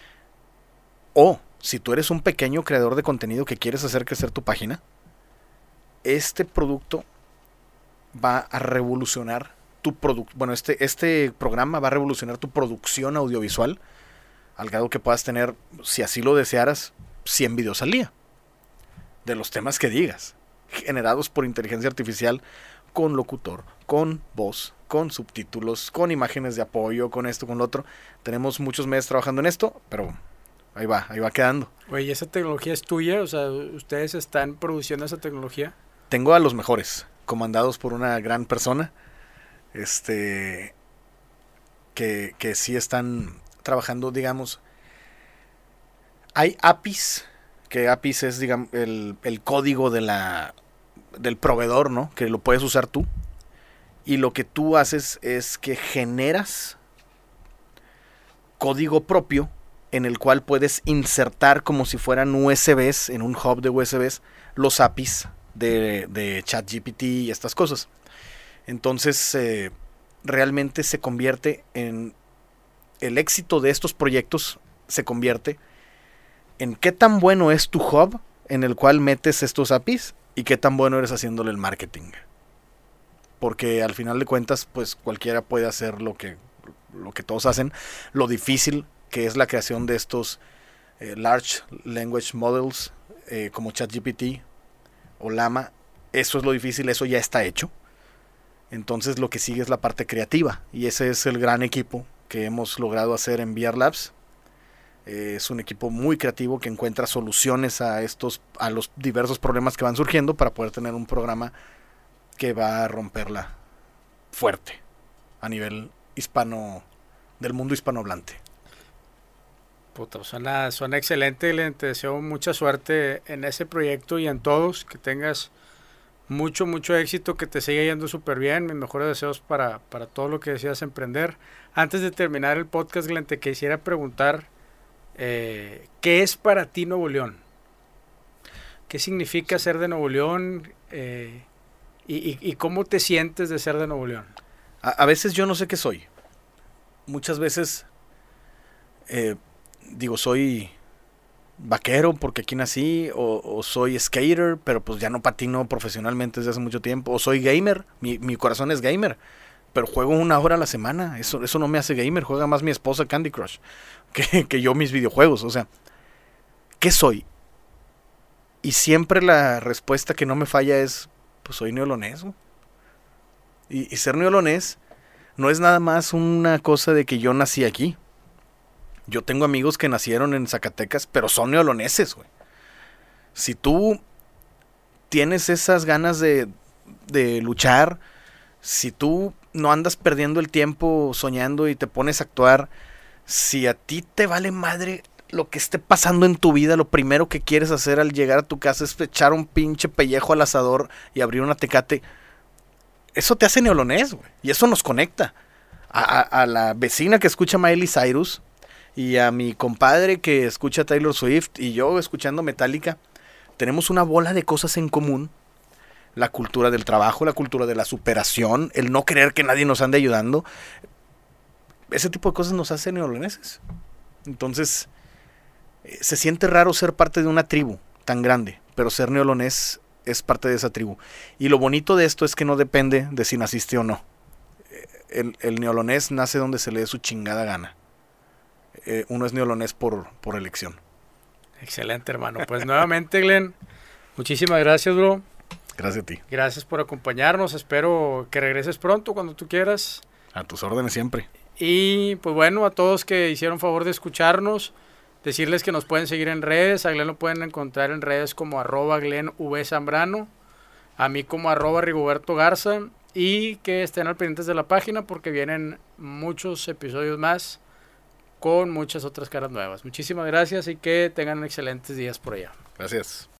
o si tú eres un pequeño creador de contenido que quieres hacer crecer tu página, este producto va a revolucionar tu producto. Bueno, este, este programa va a revolucionar tu producción audiovisual al grado que puedas tener, si así lo desearas, cien videos al día de los temas que digas, generados por inteligencia artificial, con locutor, con voz, con subtítulos, con imágenes de apoyo, con esto, con lo otro. Tenemos muchos meses trabajando en esto, pero ahí va, ahí va quedando. Oye, ¿esa tecnología es tuya? O sea, ¿ustedes están produciendo esa tecnología? Tengo a los mejores, comandados por una gran persona, este, que, que sí están trabajando, digamos. Hay A P Is, que A P Is es, digamos, el, el código de la, del proveedor, ¿no? Que lo puedes usar tú. Y lo que tú haces es que generas código propio en el cual puedes insertar como si fueran U S Bs, en un hub de U S Bs, los A P Is de, de ChatGPT y estas cosas. Entonces, eh, realmente se convierte en... El éxito de estos proyectos se convierte en qué tan bueno es tu hub en el cual metes estos A P Is y qué tan bueno eres haciéndole el marketing. Porque al final de cuentas, pues cualquiera puede hacer lo que, lo que todos hacen. Lo difícil que es la creación de estos eh, Large Language Models eh, como ChatGPT o Llama, eso es lo difícil, eso ya está hecho. Entonces lo que sigue es la parte creativa, y ese es el gran equipo que hemos logrado hacer en V R Labs. Eh, es un equipo muy creativo que encuentra soluciones a estos, a los diversos problemas que van surgiendo para poder tener un programa que va a romperla fuerte a nivel hispano, del mundo hispanohablante. Puta, suena, suena excelente, Glenn. Te deseo mucha suerte en ese proyecto y en todos, que tengas mucho, mucho éxito, que te siga yendo súper bien. Mis mejores deseos para, para todo lo que decidas emprender. Antes de terminar el podcast, Glenn, te quisiera preguntar, eh, ¿qué es para ti Nuevo León? ¿Qué significa ser de Nuevo León? Eh, y, y, ¿Y cómo te sientes de ser de Nuevo León? A, a veces yo no sé qué soy. Muchas veces eh, digo, soy vaquero porque aquí nací, o, o soy skater, pero pues ya no patino profesionalmente desde hace mucho tiempo, o soy gamer, mi, mi corazón es gamer, pero juego una hora a la semana, eso, eso no me hace gamer, juega más mi esposa Candy Crush que, que yo mis videojuegos. O sea, ¿qué soy? Y siempre la respuesta que no me falla es, pues soy neolonés, ¿no? y, y ser neolonés no es nada más una cosa de que yo nací aquí. Yo tengo amigos que nacieron en Zacatecas, pero son neoloneses, güey. Si tú tienes esas ganas de, de luchar, si tú no andas perdiendo el tiempo soñando y te pones a actuar, si a ti te vale madre lo que esté pasando en tu vida, lo primero que quieres hacer al llegar a tu casa es echar un pinche pellejo al asador y abrir una Tecate, eso te hace neolonés, güey. Y eso nos conecta. A, a, a la vecina que escucha Miley Cyrus, y a mi compadre que escucha Taylor Swift, y yo escuchando Metallica, tenemos una bola de cosas en común. La cultura del trabajo, la cultura de la superación, el no creer que nadie nos ande ayudando. Ese tipo de cosas nos hace neoloneses. Entonces, eh, se siente raro ser parte de una tribu tan grande, pero ser neolonés es parte de esa tribu. Y lo bonito de esto es que no depende de si naciste o no. El, el neolonés nace donde se le dé su chingada gana. Eh, uno es neolonés por, por elección. Excelente, hermano. Pues nuevamente, Glenn, muchísimas gracias, bro. Gracias a ti. Gracias por acompañarnos. Espero que regreses pronto cuando tú quieras. A tus órdenes siempre. Y pues bueno, a todos que hicieron favor de escucharnos, decirles que nos pueden seguir en redes. A Glenn lo pueden encontrar en redes como arroba Glenn V Zambrano, a mí como arroba Rigoberto Garza, y que estén al pendientes de la página porque vienen muchos episodios más con muchas otras caras nuevas. Muchísimas gracias y que tengan excelentes días por allá. Gracias.